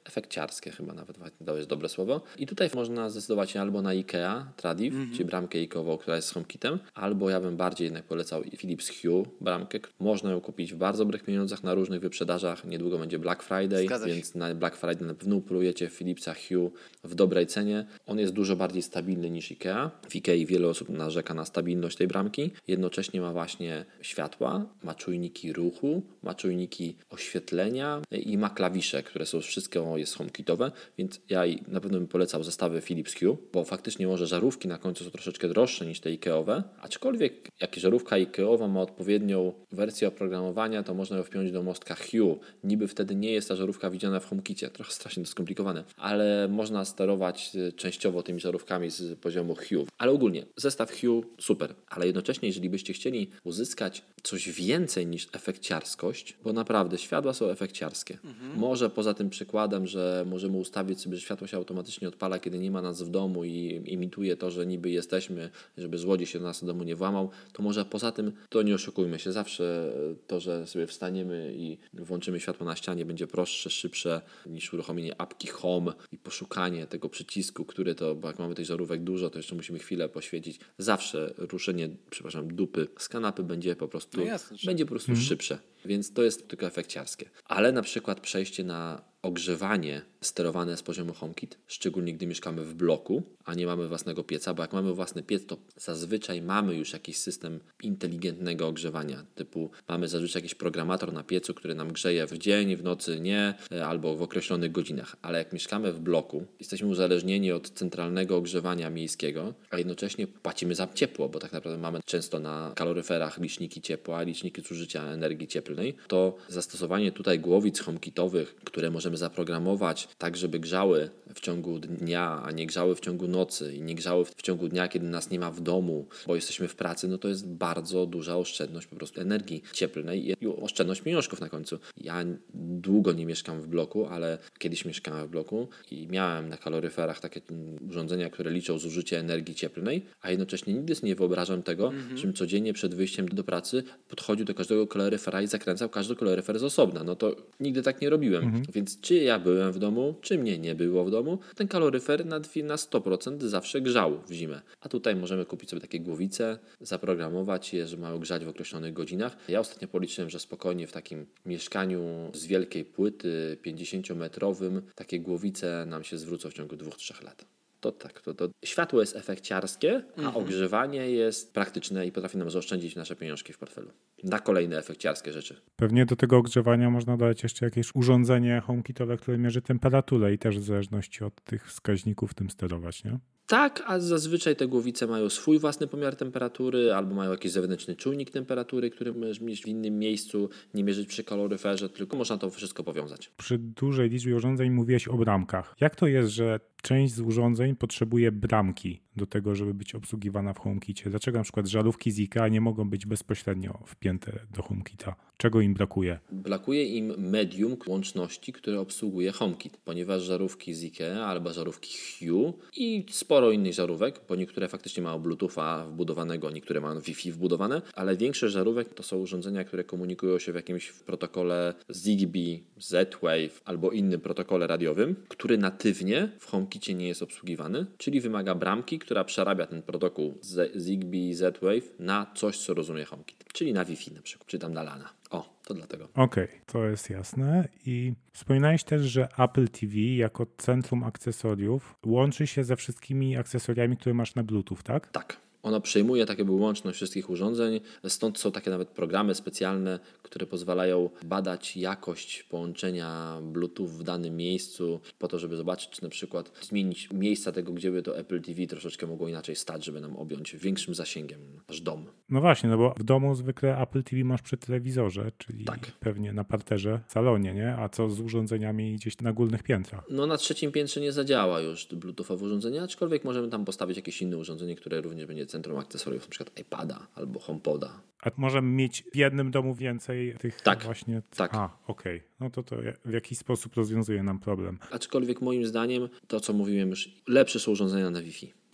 efekciarskie chyba nawet, to jest dobre słowo. I tutaj można zdecydować się albo na IKEA Tradiv, mm-hmm. czyli bramkę IKEA-ową, która jest z HomeKitem, albo ja bym bardziej jednak polecał Philips Hue bramkę. Można ją kupić w bardzo dobrych pieniądzach na różnych wyprzedażach. Niedługo będzie Black Friday, więc na Black Friday na pewno upolujecie Philipsa Hue w dobrej cenie. On jest dużo bardziej stabilny niż IKEA. W IKEA wiele osób narzeka na stabilność tej bramki. Jednocześnie ma właśnie światła, ma czujniki ruchu, ma czujniki oświetlenia i ma klawisze, które są wszystko jest HomeKitowe, więc ja na pewno bym polecał zestawy Philips Hue, bo faktycznie może żarówki na końcu są troszeczkę droższe niż te IKEA-owe, aczkolwiek jak żarówka IKEA-owa ma odpowiednią wersję oprogramowania, to można ją wpiąć do mostka Hue. Niby wtedy nie jest ta żarówka widziana w HomeKicie, trochę strasznie to skomplikowane, ale można sterować częściowo tymi żarówkami z poziomu Hue. Ale ogólnie zestaw Hue super, ale jednocześnie jeżeli byście chcieli uzyskać coś więcej niż efekciarskość, bo naprawdę światła są efekciarskie. Mhm. Może poza tym przykładem, że możemy ustawić sobie, że światło się automatycznie odpala, kiedy nie ma nas w domu i imituje to, że niby jesteśmy, żeby złodziej się do nas do domu nie włamał, to może poza tym, to nie oszukujmy się, zawsze to, że sobie wstaniemy i włączymy światło na ścianie będzie prostsze, szybsze niż uruchomienie apki Home i poszukanie tego przycisku, który to, bo jak mamy tych żarówek dużo, to jeszcze musimy chwilę poświecić. Zawsze ruszenie, przepraszam, dupy z kanapy będzie po prostu, no jasne, będzie po prostu mhm. szybsze. Więc to jest tylko efekciarskie. Ale na przykład przejście na ogrzewanie sterowane z poziomu HomeKit, szczególnie gdy mieszkamy w bloku, a nie mamy własnego pieca, bo jak mamy własny piec, to zazwyczaj mamy już jakiś system inteligentnego ogrzewania, typu mamy zazwyczaj jakiś programator na piecu, który nam grzeje w dzień, w nocy nie, albo w określonych godzinach. Ale jak mieszkamy w bloku, jesteśmy uzależnieni od centralnego ogrzewania miejskiego, a jednocześnie płacimy za ciepło, bo tak naprawdę mamy często na kaloryferach liczniki ciepła, liczniki zużycia energii cieplnej, to zastosowanie tutaj głowic HomeKitowych, które możemy zaprogramować tak, żeby grzały w ciągu dnia, a nie grzały w ciągu nocy i nie grzały w ciągu dnia, kiedy nas nie ma w domu, bo jesteśmy w pracy, no to jest bardzo duża oszczędność po prostu energii cieplnej i oszczędność pieniążków na końcu. Ja długo nie mieszkam w bloku, ale kiedyś mieszkałem w bloku i miałem na kaloryferach takie urządzenia, które liczą zużycie energii cieplnej, a jednocześnie nigdy sobie nie wyobrażam tego, mm-hmm. żebym codziennie przed wyjściem do pracy podchodził do każdego kaloryfera i zakręcał każdy kaloryfer z osobna. No to nigdy tak nie robiłem. Mm-hmm. Więc czy ja byłem w domu, czy mnie nie było w domu, ten kaloryfer na, na sto procent zawsze grzał w zimę. A tutaj możemy kupić sobie takie głowice, zaprogramować je, że mają grzać w określonych godzinach. Ja ostatnio policzyłem, że spokojnie w takim mieszkaniu z wielkiej płyty pięćdziesięciometrowym takie głowice nam się zwrócą w ciągu dwóch do trzech lat. To tak, to, to światło jest efekciarskie, a mhm. ogrzewanie jest praktyczne i potrafi nam zaoszczędzić nasze pieniążki w portfelu na kolejne efekciarskie rzeczy. Pewnie do tego ogrzewania można dodać jeszcze jakieś urządzenie HomeKitowe, które mierzy temperaturę i też w zależności od tych wskaźników tym sterować, nie? Tak, a zazwyczaj te głowice mają swój własny pomiar temperatury albo mają jakiś zewnętrzny czujnik temperatury, który możesz mieć w innym miejscu, nie mierzyć przy kaloryferze, tylko można to wszystko powiązać. Przy dużej liczbie urządzeń mówiłeś o bramkach. Jak to jest, że część z urządzeń potrzebuje bramki do tego, żeby być obsługiwana w HomeKicie? Dlaczego na przykład żarówki z IKEA nie mogą być bezpośrednio wpięte do HomeKita? Czego im brakuje? Brakuje im medium łączności, które obsługuje HomeKit, ponieważ żarówki z IKEA albo żarówki Hue i sporo innych żarówek, bo niektóre faktycznie mają Bluetootha wbudowanego, niektóre mają Wi-Fi wbudowane, ale większość żarówek to są urządzenia, które komunikują się w jakimś protokole Zigbee, Z-Wave albo innym protokole radiowym, który natywnie w HomeKicie nie jest obsługiwany, czyli wymaga bramki, która przerabia ten protokół z Zigbee, Z-Wave na coś, co rozumie HomeKit, czyli na Wi-Fi na przykład, czy tam na lana. O, to dlatego. Okej, okay, to jest jasne. I wspominałeś też, że Apple T V jako centrum akcesoriów łączy się ze wszystkimi akcesoriami, które masz na Bluetooth, tak? Tak. Ono przejmuje tak jakby łączność wszystkich urządzeń, stąd są takie nawet programy specjalne, które pozwalają badać jakość połączenia Bluetooth w danym miejscu po to, żeby zobaczyć, czy na przykład zmienić miejsca tego, gdzie by to Apple T V troszeczkę mogło inaczej stać, żeby nam objąć większym zasięgiem nasz dom. No właśnie, no bo w domu zwykle Apple T V masz przy telewizorze, czyli tak. pewnie na parterze, w salonie, nie? A co z urządzeniami gdzieś na górnych piętrach? No na trzecim piętrze nie zadziała już Bluetoothowe urządzenie, aczkolwiek możemy tam postawić jakieś inne urządzenie, które również będzie centrum akcesoriów, na przykład iPada albo HomePoda. A możemy mieć w jednym domu więcej tych tak, właśnie... Tak, A, okej. Okay. No to to w jakiś sposób rozwiązuje nam problem. Aczkolwiek moim zdaniem, to co mówiłem już, lepsze są urządzenia na Wi-Fi.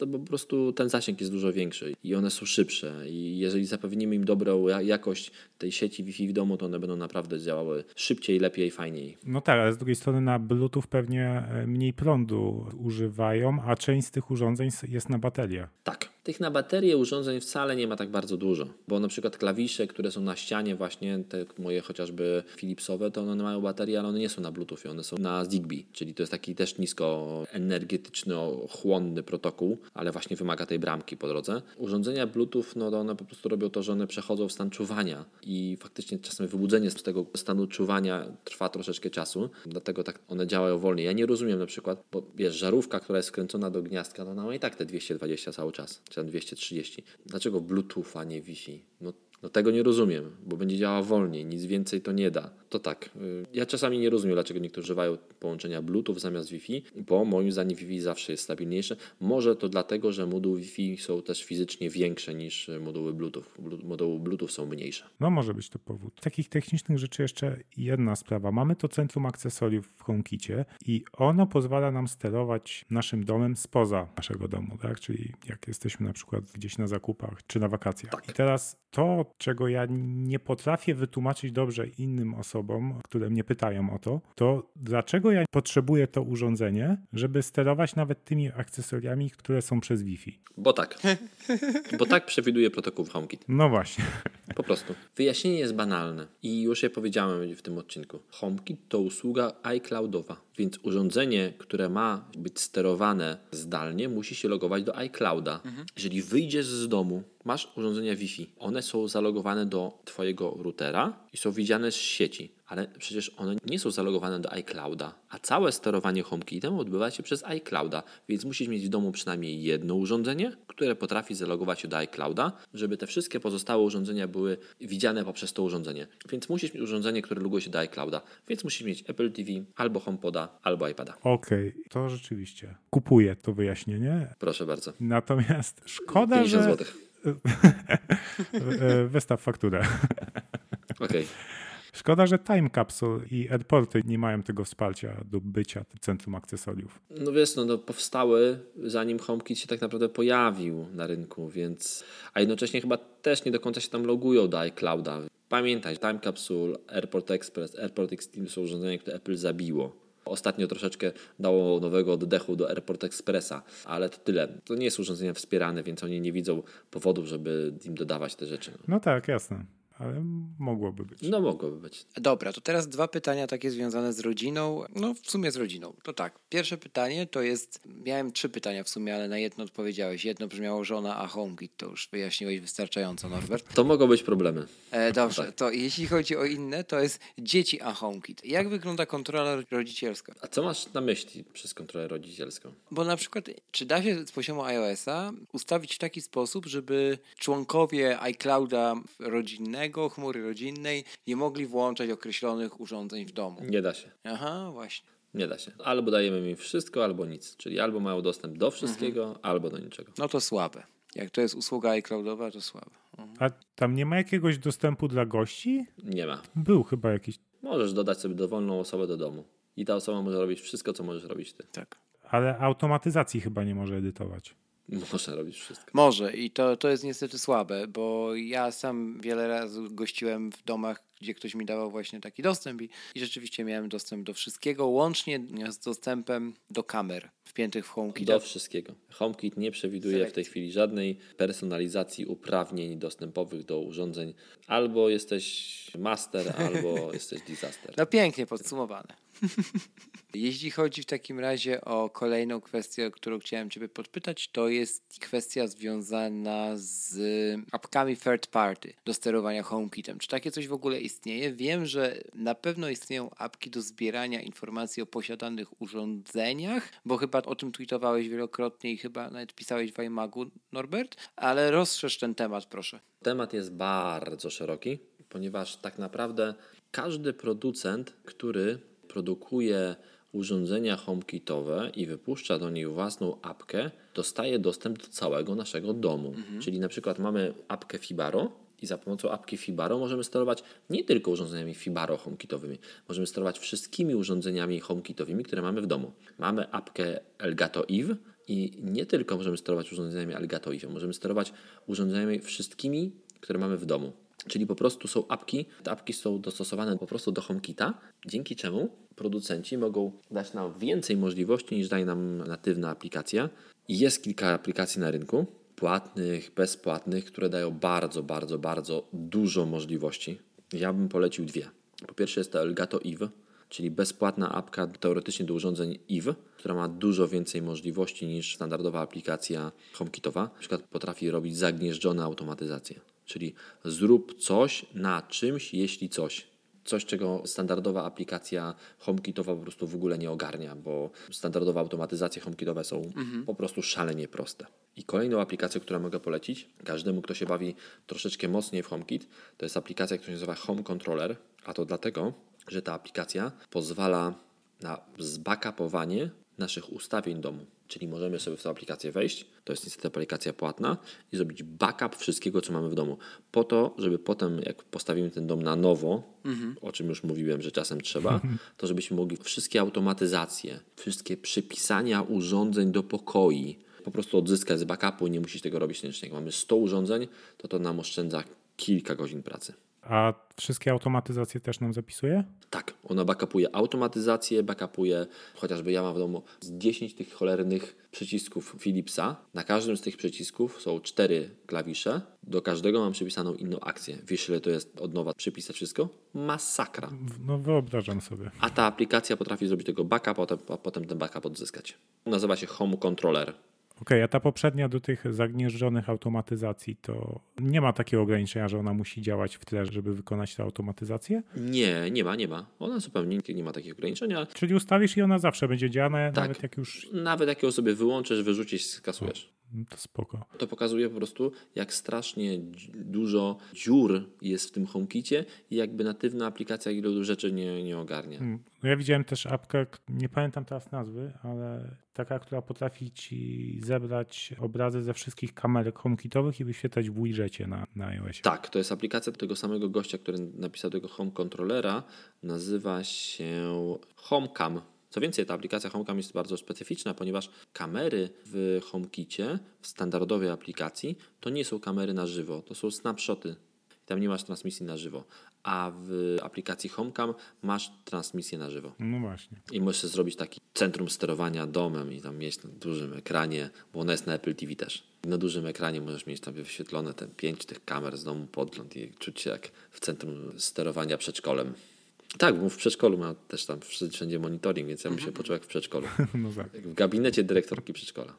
to po prostu ten zasięg jest dużo większy i one są szybsze i jeżeli zapewnimy im dobrą jakość tej sieci Wi-Fi w domu, to one będą naprawdę działały szybciej, lepiej, fajniej. No tak, ale z drugiej strony na Bluetooth pewnie mniej prądu używają, a część z tych urządzeń jest na baterię. Tak. Tych na baterię urządzeń wcale nie ma tak bardzo dużo, bo na przykład klawisze, które są na ścianie właśnie, te moje chociażby Philipsowe, to one mają baterię, ale one nie są na Bluetoothie, one są na Zigbee, czyli to jest taki też niskoenergetyczny, chłonny protokół, ale właśnie wymaga tej bramki po drodze. Urządzenia Bluetooth, no to one po prostu robią to, że one przechodzą w stan czuwania i faktycznie czasem wybudzenie z tego stanu czuwania trwa troszeczkę czasu, dlatego tak one działają wolniej. Ja nie rozumiem na przykład, bo wiesz, żarówka, która jest wkręcona do gniazdka, to ona ma i tak te dwieście dwadzieścia cały czas. Czy tam dwieście trzydzieści. Dlaczego Bluetooth, a nie Wi-Fi? No, no tego nie rozumiem, bo będzie działała wolniej, nic więcej to nie da. To tak, yy, ja czasami nie rozumiem, dlaczego niektórzy używają połączenia Bluetooth zamiast Wi-Fi, bo moim zdaniem Wi-Fi zawsze jest stabilniejsze. Może to dlatego, że moduły Wi-Fi są też fizycznie większe niż moduły Bluetooth. Moduły Bluetooth są mniejsze. No może być to powód. Z takich technicznych rzeczy jeszcze jedna sprawa. Mamy to centrum akcesoriów w HomeKicie i ono pozwala nam sterować naszym domem spoza naszego domu, tak? Czyli jak jesteśmy na przykład gdzieś na zakupach czy na wakacjach. Tak. I teraz to, czego ja nie potrafię wytłumaczyć dobrze innym osobom, które mnie pytają o to, to dlaczego ja potrzebuję to urządzenie, żeby sterować nawet tymi akcesoriami, które są przez Wi-Fi? Bo tak. Bo tak przewiduje protokół w HomeKit. No właśnie. Po prostu. Wyjaśnienie jest banalne i już je powiedziałem w tym odcinku. HomeKit to usługa iCloudowa, więc urządzenie, które ma być sterowane zdalnie, musi się logować do iClouda. Mhm. Jeżeli wyjdziesz z domu, masz urządzenia Wi-Fi. One są zalogowane do twojego routera i są widziane z sieci. Ale przecież one nie są zalogowane do iClouda, a całe sterowanie HomeKitem odbywa się przez iClouda, więc musisz mieć w domu przynajmniej jedno urządzenie, które potrafi zalogować się do iClouda, żeby te wszystkie pozostałe urządzenia były widziane poprzez to urządzenie. Więc musisz mieć urządzenie, które loguje się do iClouda, więc musisz mieć Apple T V, albo HomePoda, albo iPada. Okej, okay, to rzeczywiście. Kupuję to wyjaśnienie. Proszę bardzo. Natomiast szkoda, pięćdziesiąt że... złotych. Wystaw fakturę. Okej. Okay. Szkoda, że Time Capsule i AirPorty nie mają tego wsparcia do bycia centrum akcesoriów. No wiesz, no, no powstały zanim HomeKit się tak naprawdę pojawił na rynku, więc a jednocześnie chyba też nie do końca się tam logują do iClouda. Pamiętaj, Time Capsule, AirPort Express, AirPort Extreme są urządzenia, które Apple zabiło. Ostatnio troszeczkę dało nowego oddechu do AirPort Expressa, ale to tyle. To nie jest urządzenia wspierane, więc oni nie widzą powodów, żeby im dodawać te rzeczy. No tak, jasne. Ale mogłoby być. No mogłoby być. Dobra, to teraz dwa pytania takie związane z rodziną. No w sumie z rodziną. To tak, pierwsze pytanie to jest, miałem trzy pytania w sumie, ale na jedno odpowiedziałeś. Jedno brzmiało żona, a HomeKit, to już wyjaśniłeś wystarczająco, Norbert. To mogą być problemy. E, dobrze, tak. To jeśli chodzi o inne, to jest dzieci, a HomeKit. Jak wygląda kontrola rodzicielska? A co masz na myśli przez kontrolę rodzicielską? Bo na przykład, czy da się z poziomu iOS-a ustawić w taki sposób, żeby członkowie iClouda rodzinnego, chmury rodzinnej nie mogli włączać określonych urządzeń w domu? Nie da się. Aha, właśnie. Nie da się. Albo dajemy im wszystko, albo nic. Czyli albo mają dostęp do wszystkiego, mhm. albo do niczego. No to słabe. Jak to jest usługa iCloudowa, to słabe. Mhm. A tam nie ma jakiegoś dostępu dla gości? Nie ma. Był chyba jakiś. Możesz dodać sobie dowolną osobę do domu. I ta osoba może robić wszystko, co możesz robić ty. Tak. Ale automatyzacji chyba nie może edytować. Może robić wszystko. Może i to, to jest niestety słabe, bo ja sam wiele razy gościłem w domach, gdzie ktoś mi dawał właśnie taki dostęp i, i rzeczywiście miałem dostęp do wszystkiego, łącznie z dostępem do kamer wpiętych w HomeKit. Do wszystkiego. HomeKit nie przewiduje Selekcji. w tej chwili żadnej personalizacji uprawnień dostępowych do urządzeń. Albo jesteś master, albo jesteś disaster. No pięknie podsumowane. Jeśli chodzi w takim razie o kolejną kwestię, o którą chciałem Ciebie podpytać, to jest kwestia związana z apkami third party do sterowania HomeKitem. Czy takie coś w ogóle istnieje? Wiem, że na pewno istnieją apki do zbierania informacji o posiadanych urządzeniach, bo chyba o tym tweetowałeś wielokrotnie i chyba nawet pisałeś w iMagu, Norbert, ale rozszerz ten temat, proszę. Temat jest bardzo szeroki, ponieważ tak naprawdę każdy producent, który produkuje urządzenia HomeKitowe i wypuszcza do nich własną apkę, dostaje dostęp do całego naszego domu. Mhm. Czyli na przykład mamy apkę Fibaro i za pomocą apki Fibaro możemy sterować nie tylko urządzeniami Fibaro HomeKitowymi, możemy sterować wszystkimi urządzeniami HomeKitowymi, które mamy w domu. Mamy apkę Elgato Eve, I nie tylko możemy sterować urządzeniami Elgato Eve, możemy sterować urządzeniami wszystkimi, które mamy w domu. Czyli po prostu są apki, te apki są dostosowane po prostu do HomeKita, dzięki czemu producenci mogą dać nam więcej możliwości niż daje nam natywna aplikacja. I jest kilka aplikacji na rynku, płatnych, bezpłatnych, które dają bardzo, bardzo, bardzo dużo możliwości. Ja bym polecił dwie. Po pierwsze jest to Elgato Eve, czyli bezpłatna apka teoretycznie do urządzeń Eve, która ma dużo więcej możliwości niż standardowa aplikacja HomeKitowa. Na przykład potrafi robić zagnieżdżone automatyzacje, czyli zrób coś na czymś, jeśli coś. Coś, czego standardowa aplikacja HomeKitowa po prostu w ogóle nie ogarnia, bo standardowe automatyzacje HomeKitowe są mhm. po prostu szalenie proste. I kolejną aplikacją, którą mogę polecić każdemu, kto się bawi troszeczkę mocniej w HomeKit, to jest aplikacja, która się nazywa Home Controller, a to dlatego, że ta aplikacja pozwala na zbackupowanie naszych ustawień domu. Czyli możemy sobie w tę aplikację wejść, to jest niestety aplikacja płatna, i zrobić backup wszystkiego, co mamy w domu. Po to, żeby potem, jak postawimy ten dom na nowo, mhm. o czym już mówiłem, że czasem trzeba, to żebyśmy mogli wszystkie automatyzacje, wszystkie przypisania urządzeń do pokoi po prostu odzyskać z backupu i nie musisz tego robić ręcznie. Jak mamy sto urządzeń, to to nam oszczędza kilka godzin pracy. A wszystkie automatyzacje też nam zapisuje? Tak, ona backupuje automatyzację, backupuje, chociażby ja mam w domu z dziesięć tych cholernych przycisków Philipsa. Na każdym z tych przycisków są cztery klawisze. Do każdego mam przypisaną inną akcję. Wiesz, ile to jest od nowa przypisać wszystko? Masakra. No wyobrażam sobie. A ta aplikacja potrafi zrobić tego backup, a, a potem ten backup odzyskać. Nazywa się Home Controller. Okej, okay, a ta poprzednia do tych zagnieżdżonych automatyzacji to nie ma takiego ograniczenia, że ona musi działać w tle, żeby wykonać tę automatyzację? Nie, nie ma, nie ma. Ona zupełnie nie ma takiego ograniczenia. Czyli ustawisz i ona zawsze będzie działała, tak, nawet jak już... Nawet jak ją sobie wyłączysz, wyrzucisz, skasujesz. O, to spoko. To pokazuje po prostu, jak strasznie dużo dziur jest w tym HomeKicie i jakby natywna aplikacja ilu rzeczy nie, nie ogarnia. Hmm. No ja widziałem też apkę, nie pamiętam teraz nazwy, ale taka, która potrafi ci zebrać obrazy ze wszystkich kamerek HomeKitowych i wyświetlać w widgetie na, na iOSie. Tak, to jest aplikacja tego samego gościa, który napisał tego Home Controllera. Nazywa się HomeCam. Co więcej, ta aplikacja HomeCam jest bardzo specyficzna, ponieważ kamery w HomeKicie, w standardowej aplikacji, to nie są kamery na żywo, to są snapshoty. Tam nie masz transmisji na żywo, a w aplikacji HomeCam masz transmisję na żywo. No właśnie. I możesz zrobić taki centrum sterowania domem i tam mieć na dużym ekranie, bo ona jest na Apple T V też. Na dużym ekranie możesz mieć tam wyświetlone te pięć tych kamer z domu, podgląd i czuć się jak w centrum sterowania przedszkolem. Tak, bo w przedszkolu ma też tam wszędzie monitoring, więc ja bym się poczuł jak w przedszkolu. No tak. Jak w gabinecie dyrektorki przedszkola.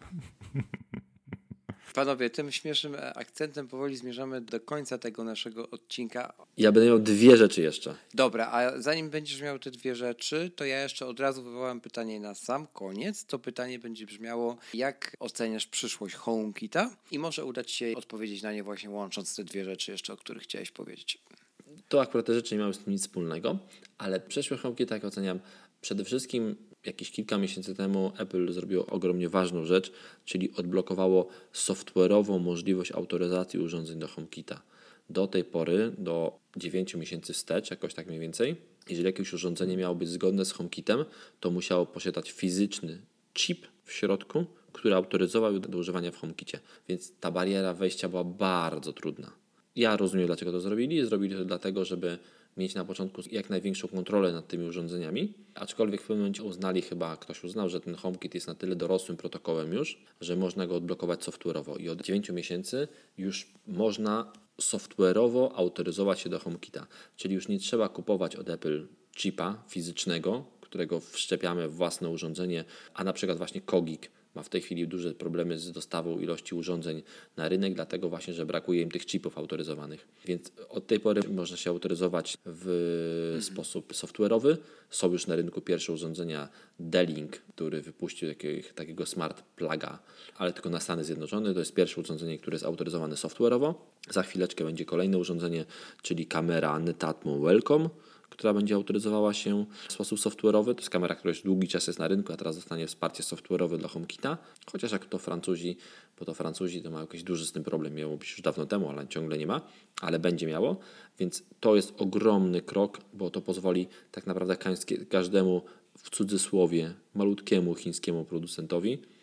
Panowie, tym śmiesznym akcentem powoli zmierzamy do końca tego naszego odcinka. Ja będę miał dwie rzeczy jeszcze. Dobra, a zanim będziesz miał te dwie rzeczy, to ja jeszcze od razu wywołam pytanie na sam koniec. To pytanie będzie brzmiało, jak oceniasz przyszłość HomeKita? I może uda ci się odpowiedzieć na nie właśnie łącząc te dwie rzeczy jeszcze, o których chciałeś powiedzieć. To akurat te rzeczy nie mają z tym nic wspólnego, ale przyszły HomeKit, jak oceniam, przede wszystkim jakieś kilka miesięcy temu Apple zrobiło ogromnie ważną rzecz, czyli odblokowało software'ową możliwość autoryzacji urządzeń do HomeKita. Do tej pory, do dziewięciu miesięcy wstecz, jakoś tak mniej więcej, jeżeli jakieś urządzenie miało być zgodne z HomeKitem, to musiało posiadać fizyczny chip w środku, który autoryzował do używania w HomeKicie. Więc ta bariera wejścia była bardzo trudna. Ja rozumiem, dlaczego to zrobili. Zrobili to dlatego, żeby mieć na początku jak największą kontrolę nad tymi urządzeniami, aczkolwiek w pewnym momencie uznali, chyba ktoś uznał, że ten HomeKit jest na tyle dorosłym protokołem już, że można go odblokować software'owo i od dziewięciu miesięcy już można software'owo autoryzować się do HomeKita, czyli już nie trzeba kupować od Apple chipa fizycznego, którego wszczepiamy w własne urządzenie, a na przykład właśnie Kogik ma w tej chwili duże problemy z dostawą ilości urządzeń na rynek, dlatego właśnie, że brakuje im tych chipów autoryzowanych. Więc od tej pory można się autoryzować w mhm. sposób software'owy. Są już na rynku pierwsze urządzenia D-Link, który wypuścił takiego, takiego smart pluga, ale tylko na Stany Zjednoczone. To jest pierwsze urządzenie, które jest autoryzowane software'owo. Za chwileczkę będzie kolejne urządzenie, czyli kamera Netatmo Welcome, która będzie autoryzowała się w sposób software'owy. To jest kamera, która już długi czas jest na rynku, a teraz dostanie wsparcie software'owe dla HomeKita. Chociaż jak to Francuzi, bo to Francuzi to ma jakiś duży z tym problem. Miało być już dawno temu, ale ciągle nie ma, ale będzie miało. Więc to jest ogromny krok, bo to pozwoli tak naprawdę każdemu w cudzysłowie malutkiemu chińskiemu producentowi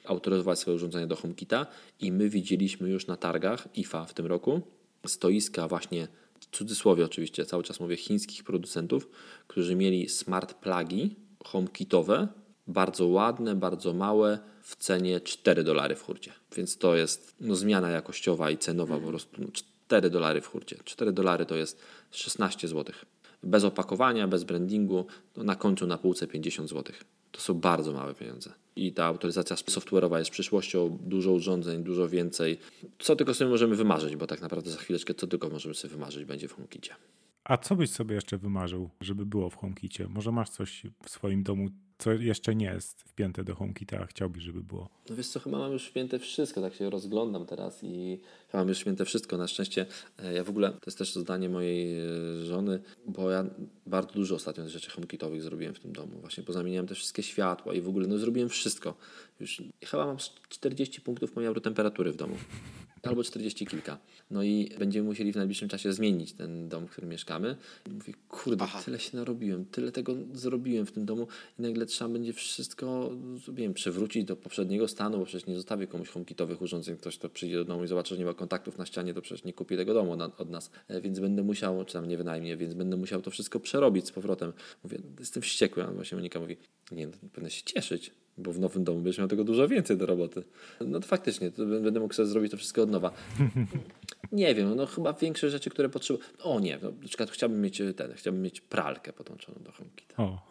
autoryzować swoje urządzenia do HomeKita i my widzieliśmy już na targach I F A w tym roku stoiska właśnie, w cudzysłowie oczywiście, cały czas mówię, chińskich producentów, którzy mieli smart plugi HomeKitowe, bardzo ładne, bardzo małe, w cenie cztery dolary w hurcie. Więc to jest no, zmiana jakościowa i cenowa po prostu. No, cztery dolary w hurcie. cztery dolary to jest szesnaście złotych. Bez opakowania, bez brandingu, no, na końcu na półce pięćdziesiąt złotych. To są bardzo małe pieniądze. I ta autoryzacja software'owa jest przyszłością, dużo urządzeń, dużo więcej. Co tylko sobie możemy wymarzyć, bo tak naprawdę za chwileczkę co tylko możemy sobie wymarzyć będzie w HomeKicie. A co byś sobie jeszcze wymarzył, żeby było w HomeKicie? Może masz coś w swoim domu, co jeszcze nie jest wpięte do HomeKita, a chciałbyś, żeby było? No wiesz co, chyba mam już wpięte wszystko, tak się rozglądam teraz i chyba mam już wpięte wszystko. Na szczęście ja w ogóle, to jest też zdanie mojej żony, bo ja bardzo dużo ostatnio rzeczy HomeKitowych zrobiłem w tym domu. Właśnie pozamieniałem te wszystkie światła i w ogóle no zrobiłem wszystko. Już chyba mam czterdzieści punktów pomiaru temperatury w domu. Albo czterdzieści kilka. No i będziemy musieli w najbliższym czasie zmienić ten dom, w którym mieszkamy. I mówię, kurde, Aha. tyle się narobiłem, tyle tego zrobiłem w tym domu i nagle trzeba będzie wszystko, nie wiem, przywrócić do poprzedniego stanu, bo przecież nie zostawię komuś HomeKitowych urządzeń. Ktoś, kto przyjdzie do domu i zobaczy, że nie ma kontaktów na ścianie, to przecież nie kupi tego domu od nas. Więc będę musiał, czy tam nie wynajmie, więc będę musiał to wszystko przerobić z powrotem. Mówię, jestem wściekły, a właśnie Monika mówi, nie, no, będę się cieszyć, bo w nowym domu będziesz miał tego dużo więcej do roboty. No to faktycznie, to będę mógł sobie zrobić to wszystko od nowa. Nie wiem, no chyba większe rzeczy, które potrzebuję. O nie, no, na przykład chciałbym mieć ten, chciałbym mieć pralkę podłączoną do HomeKita. O.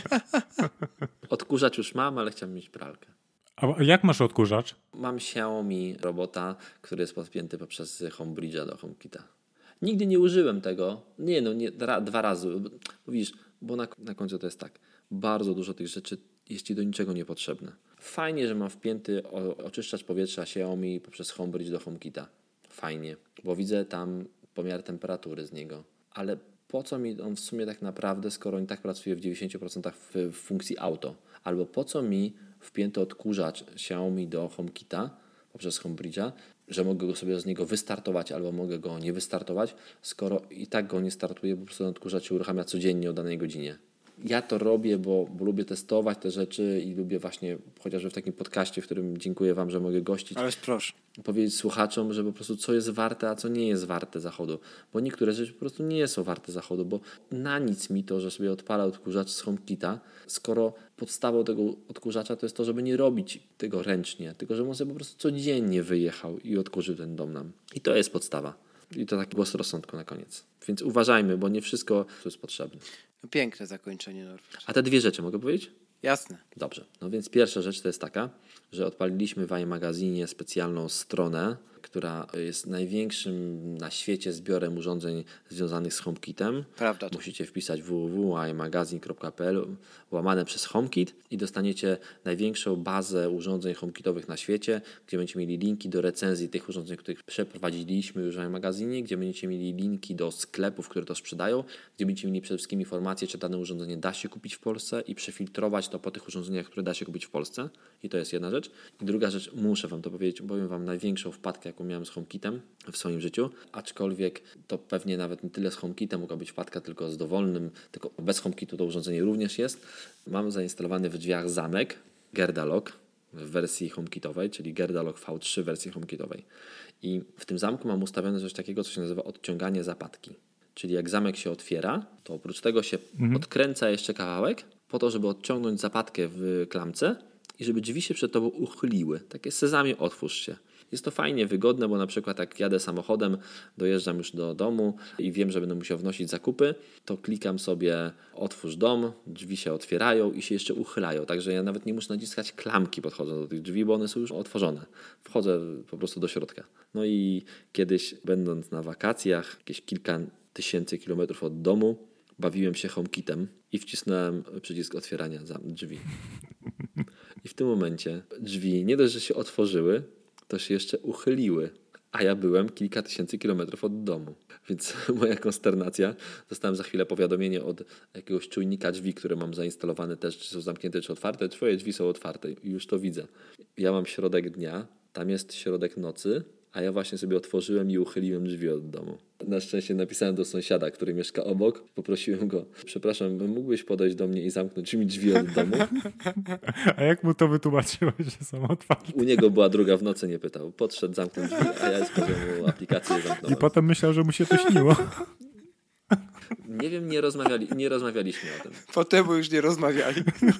Odkurzacz już mam, ale chciałbym mieć pralkę. A jak masz odkurzacz? Mam Xiaomi robota, który jest podpięty poprzez HomeBridge'a do HomeKita. Nigdy nie użyłem tego. Nie, no nie, dra, dwa razy. Mówisz, bo na, na końcu to jest tak. Bardzo dużo tych rzeczy jest ci do niczego niepotrzebne. Fajnie, że mam wpięty oczyszczacz powietrza Xiaomi poprzez HomeBridge do HomeKita. Fajnie, bo widzę tam pomiar temperatury z niego. Ale po co mi on w sumie tak naprawdę, skoro on i tak pracuje w dziewięćdziesiąt procent w, w funkcji auto? Albo po co mi wpięty odkurzacz Xiaomi do HomeKita poprzez HomeBridge'a, że mogę go sobie z niego wystartować albo mogę go nie wystartować, skoro i tak go nie startuje, bo po prostu odkurzacz się uruchamia codziennie o danej godzinie. Ja to robię, bo, bo lubię testować te rzeczy i lubię właśnie, chociażby w takim podcaście, w którym dziękuję wam, że mogę gościć. Ależ proszę. Powiedzieć słuchaczom, że po prostu co jest warte, a co nie jest warte zachodu. Bo niektóre rzeczy po prostu nie są warte zachodu, bo na nic mi to, że sobie odpalę odkurzacz z HomeKita, skoro podstawą tego odkurzacza to jest to, żeby nie robić tego ręcznie, tylko żeby on sobie po prostu codziennie wyjechał i odkurzył ten dom nam. I to jest podstawa. I to taki głos rozsądku na koniec. Więc uważajmy, bo nie wszystko jest potrzebne. Piękne zakończenie, Norbert. A te dwie rzeczy mogę powiedzieć? Jasne. Dobrze. No więc pierwsza rzecz to jest taka, że odpaliliśmy w iMagazinie specjalną stronę, która jest największym na świecie zbiorem urządzeń związanych z HomeKitem. Prawda. To. Musicie wpisać w w w kropka imagazin kropka p l łamane przez HomeKit i dostaniecie największą bazę urządzeń HomeKitowych na świecie, gdzie będziecie mieli linki do recenzji tych urządzeń, których przeprowadziliśmy już w iMagazinie, gdzie będziecie mieli linki do sklepów, które to sprzedają, gdzie będziecie mieli przede wszystkim informacje, czy dane urządzenie da się kupić w Polsce i przefiltrować to po tych urządzeniach, które da się kupić w Polsce. I to jest jedna rzecz. I druga rzecz, muszę wam to powiedzieć, powiem wam największą wpadkę, jaką miałem z HomeKitem w swoim życiu, aczkolwiek to pewnie nawet nie tyle z HomeKitem mogła być wpadka, tylko z dowolnym, tylko bez HomeKitu to urządzenie również jest. Mam zainstalowany w drzwiach zamek Gerda Lock w wersji HomeKitowej, czyli Gerda Lock V trzy w wersji HomeKitowej. I w tym zamku mam ustawione coś takiego, co się nazywa odciąganie zapadki. Czyli jak zamek się otwiera, to oprócz tego się mhm. odkręca jeszcze kawałek po to, żeby odciągnąć zapadkę w klamce i żeby drzwi się przed tobą uchyliły. Takie sezamie, otwórz się. Jest to fajnie, wygodne, bo na przykład jak jadę samochodem, dojeżdżam już do domu i wiem, że będę musiał wnosić zakupy, to klikam sobie otwórz dom, drzwi się otwierają i się jeszcze uchylają. Także ja nawet nie muszę naciskać klamki podchodząc do tych drzwi, bo one są już otworzone. Wchodzę po prostu do środka. No i kiedyś będąc na wakacjach, jakieś kilka tysięcy kilometrów od domu, bawiłem się HomeKitem i wcisnąłem przycisk otwierania drzwi. I w tym momencie drzwi nie dość, że się otworzyły, to się jeszcze uchyliły, a ja byłem kilka tysięcy kilometrów od domu. Więc moja konsternacja, dostałem za chwilę powiadomienie od jakiegoś czujnika drzwi, które mam zainstalowane też, czy są zamknięte, czy otwarte. Twoje drzwi są otwarte i już to widzę. Ja mam środek dnia, tam jest środek nocy, a ja właśnie sobie otworzyłem i uchyliłem drzwi od domu. Na szczęście napisałem do sąsiada, który mieszka obok. Poprosiłem go, przepraszam, mógłbyś podejść do mnie i zamknąć mi drzwi od domu? A jak mu to wytłumaczyłeś, że są otwarte? U niego była druga w nocy, nie pytał. Podszedł, zamknął drzwi, a ja z poziomu aplikacji je zamknąłem. I potem myślał, że mu się to śniło. Nie wiem, nie, rozmawiali, nie rozmawialiśmy o tym. Potem już nie rozmawiali.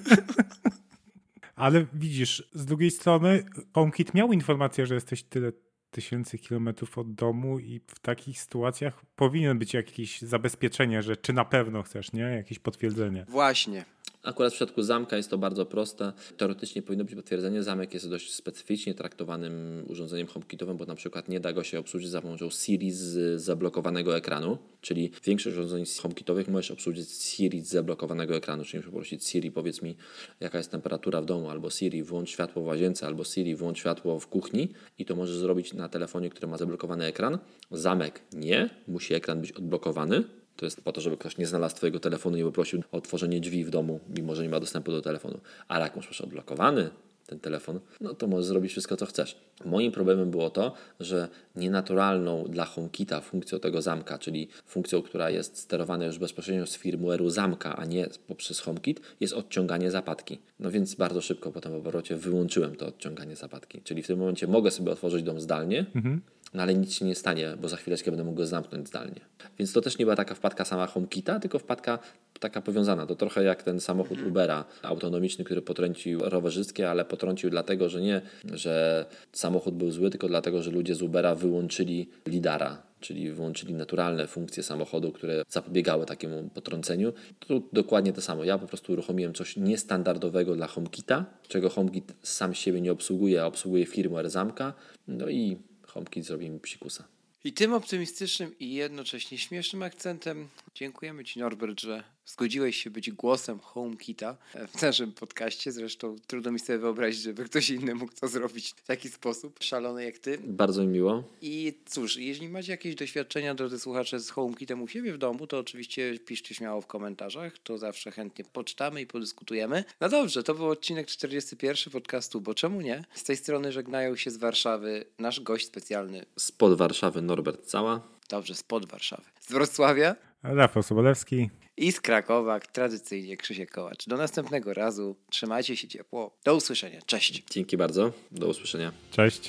Ale widzisz, z drugiej strony HomeKit miał informację, że jesteś tyle tysięcy kilometrów od domu i w takich sytuacjach powinien być jakieś zabezpieczenie, że czy na pewno chcesz, nie? Jakieś potwierdzenie. Właśnie. Akurat w przypadku zamka jest to bardzo proste. Teoretycznie powinno być potwierdzenie. Zamek jest dość specyficznie traktowanym urządzeniem HomeKitowym, bo na przykład nie da go się obsłużyć za pomocą Siri z zablokowanego ekranu, czyli większość urządzeń HomeKitowych możesz obsłużyć Siri z zablokowanego ekranu, czyli musisz poprosić Siri, powiedz mi jaka jest temperatura w domu, albo Siri włącz światło w łazience, albo Siri włącz światło w kuchni i to możesz zrobić na telefonie, który ma zablokowany ekran. Zamek nie, musi ekran być odblokowany. To jest po to, żeby ktoś nie znalazł twojego telefonu i nie poprosił o otworzenie drzwi w domu, mimo że nie ma dostępu do telefonu. Ale jak masz odblokowany ten telefon, no to możesz zrobić wszystko, co chcesz. Moim problemem było to, że nienaturalną dla HomeKita funkcją tego zamka, czyli funkcją, która jest sterowana już bezpośrednio z firmware'u zamka, a nie poprzez HomeKit, jest odciąganie zapadki. No więc bardzo szybko potem po powrocie wyłączyłem to odciąganie zapadki. Czyli w tym momencie mogę sobie otworzyć dom zdalnie, mhm. no ale nic się nie stanie, bo za chwileczkę będę mógł go zamknąć zdalnie. Więc to też nie była taka wpadka sama HomeKita, tylko wpadka taka powiązana. To trochę jak ten samochód Ubera autonomiczny, który potrącił rowerzyskie, ale potrącił dlatego, że nie, że samochód był zły, tylko dlatego, że ludzie z Ubera wyłączyli lidara, czyli wyłączyli naturalne funkcje samochodu, które zapobiegały takiemu potrąceniu. Tu dokładnie to samo. Ja po prostu uruchomiłem coś niestandardowego dla HomeKita, czego HomeKit sam siebie nie obsługuje, a obsługuje firmware zamka. No i HomeKit zrobi mi psikusa. I tym optymistycznym i jednocześnie śmiesznym akcentem dziękujemy Ci, Norbert, że zgodziłeś się być głosem HomeKita w naszym podcaście. Zresztą trudno mi sobie wyobrazić, żeby ktoś inny mógł to zrobić w taki sposób szalony jak Ty. Bardzo mi miło. I cóż, jeśli macie jakieś doświadczenia, drodzy słuchacze, z HomeKitem u siebie w domu, to oczywiście piszcie śmiało w komentarzach. To zawsze chętnie poczytamy i podyskutujemy. No dobrze, to był odcinek czterdziesty pierwszy podcastu, bo czemu nie? Z tej strony żegnają się z Warszawy nasz gość specjalny. Spod Warszawy Norbert Cała. Dobrze, spod Warszawy. Z Wrocławia. Rafał Sobolewski. I z Krakowa, tradycyjnie Krzysiek Kołacz. Do następnego razu. Trzymajcie się ciepło. Do usłyszenia. Cześć. Dzięki bardzo. Do usłyszenia. Cześć.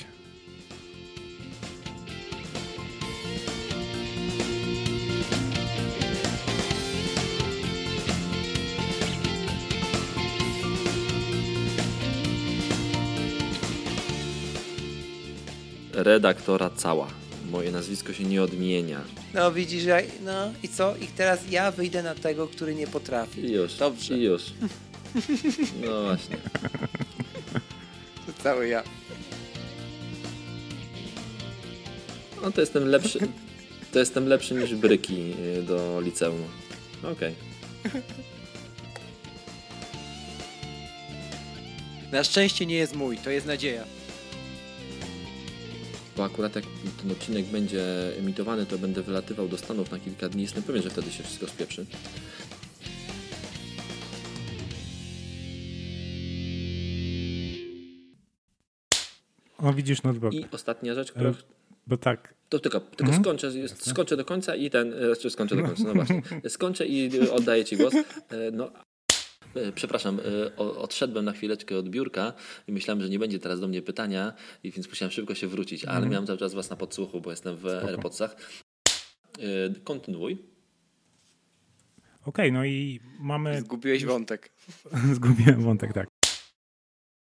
Redaktora Cała. Moje nazwisko się nie odmienia. No widzisz, ja, no i co? I teraz ja wyjdę na tego, który nie potrafi. I już. Dobrze. I już. No właśnie. To cały ja. No to jestem lepszy. To jestem lepszy niż bryki do liceum. Okej. Okay. Na szczęście nie jest mój, to jest nadzieja. Bo akurat jak ten odcinek będzie emitowany, to będę wylatywał do Stanów na kilka dni. Jestem pewien, że wtedy się wszystko spieprzy. O, widzisz, no bo... I ostatnia rzecz, którą... Bo tak... To tylko, tylko mhm. skończę, skończę do końca i ten... Czy skończę do końca, no właśnie. Skończę i oddaję Ci głos. No... Przepraszam, odszedłem na chwileczkę od biurka i myślałem, że nie będzie teraz do mnie pytania, i więc musiałem szybko się wrócić, ale mm. miałem cały czas was na podsłuchu, bo jestem w AirPodsach. Kontynuuj. Okej, okay, no i mamy... Zgubiłeś wątek. Zgubiłem wątek, tak.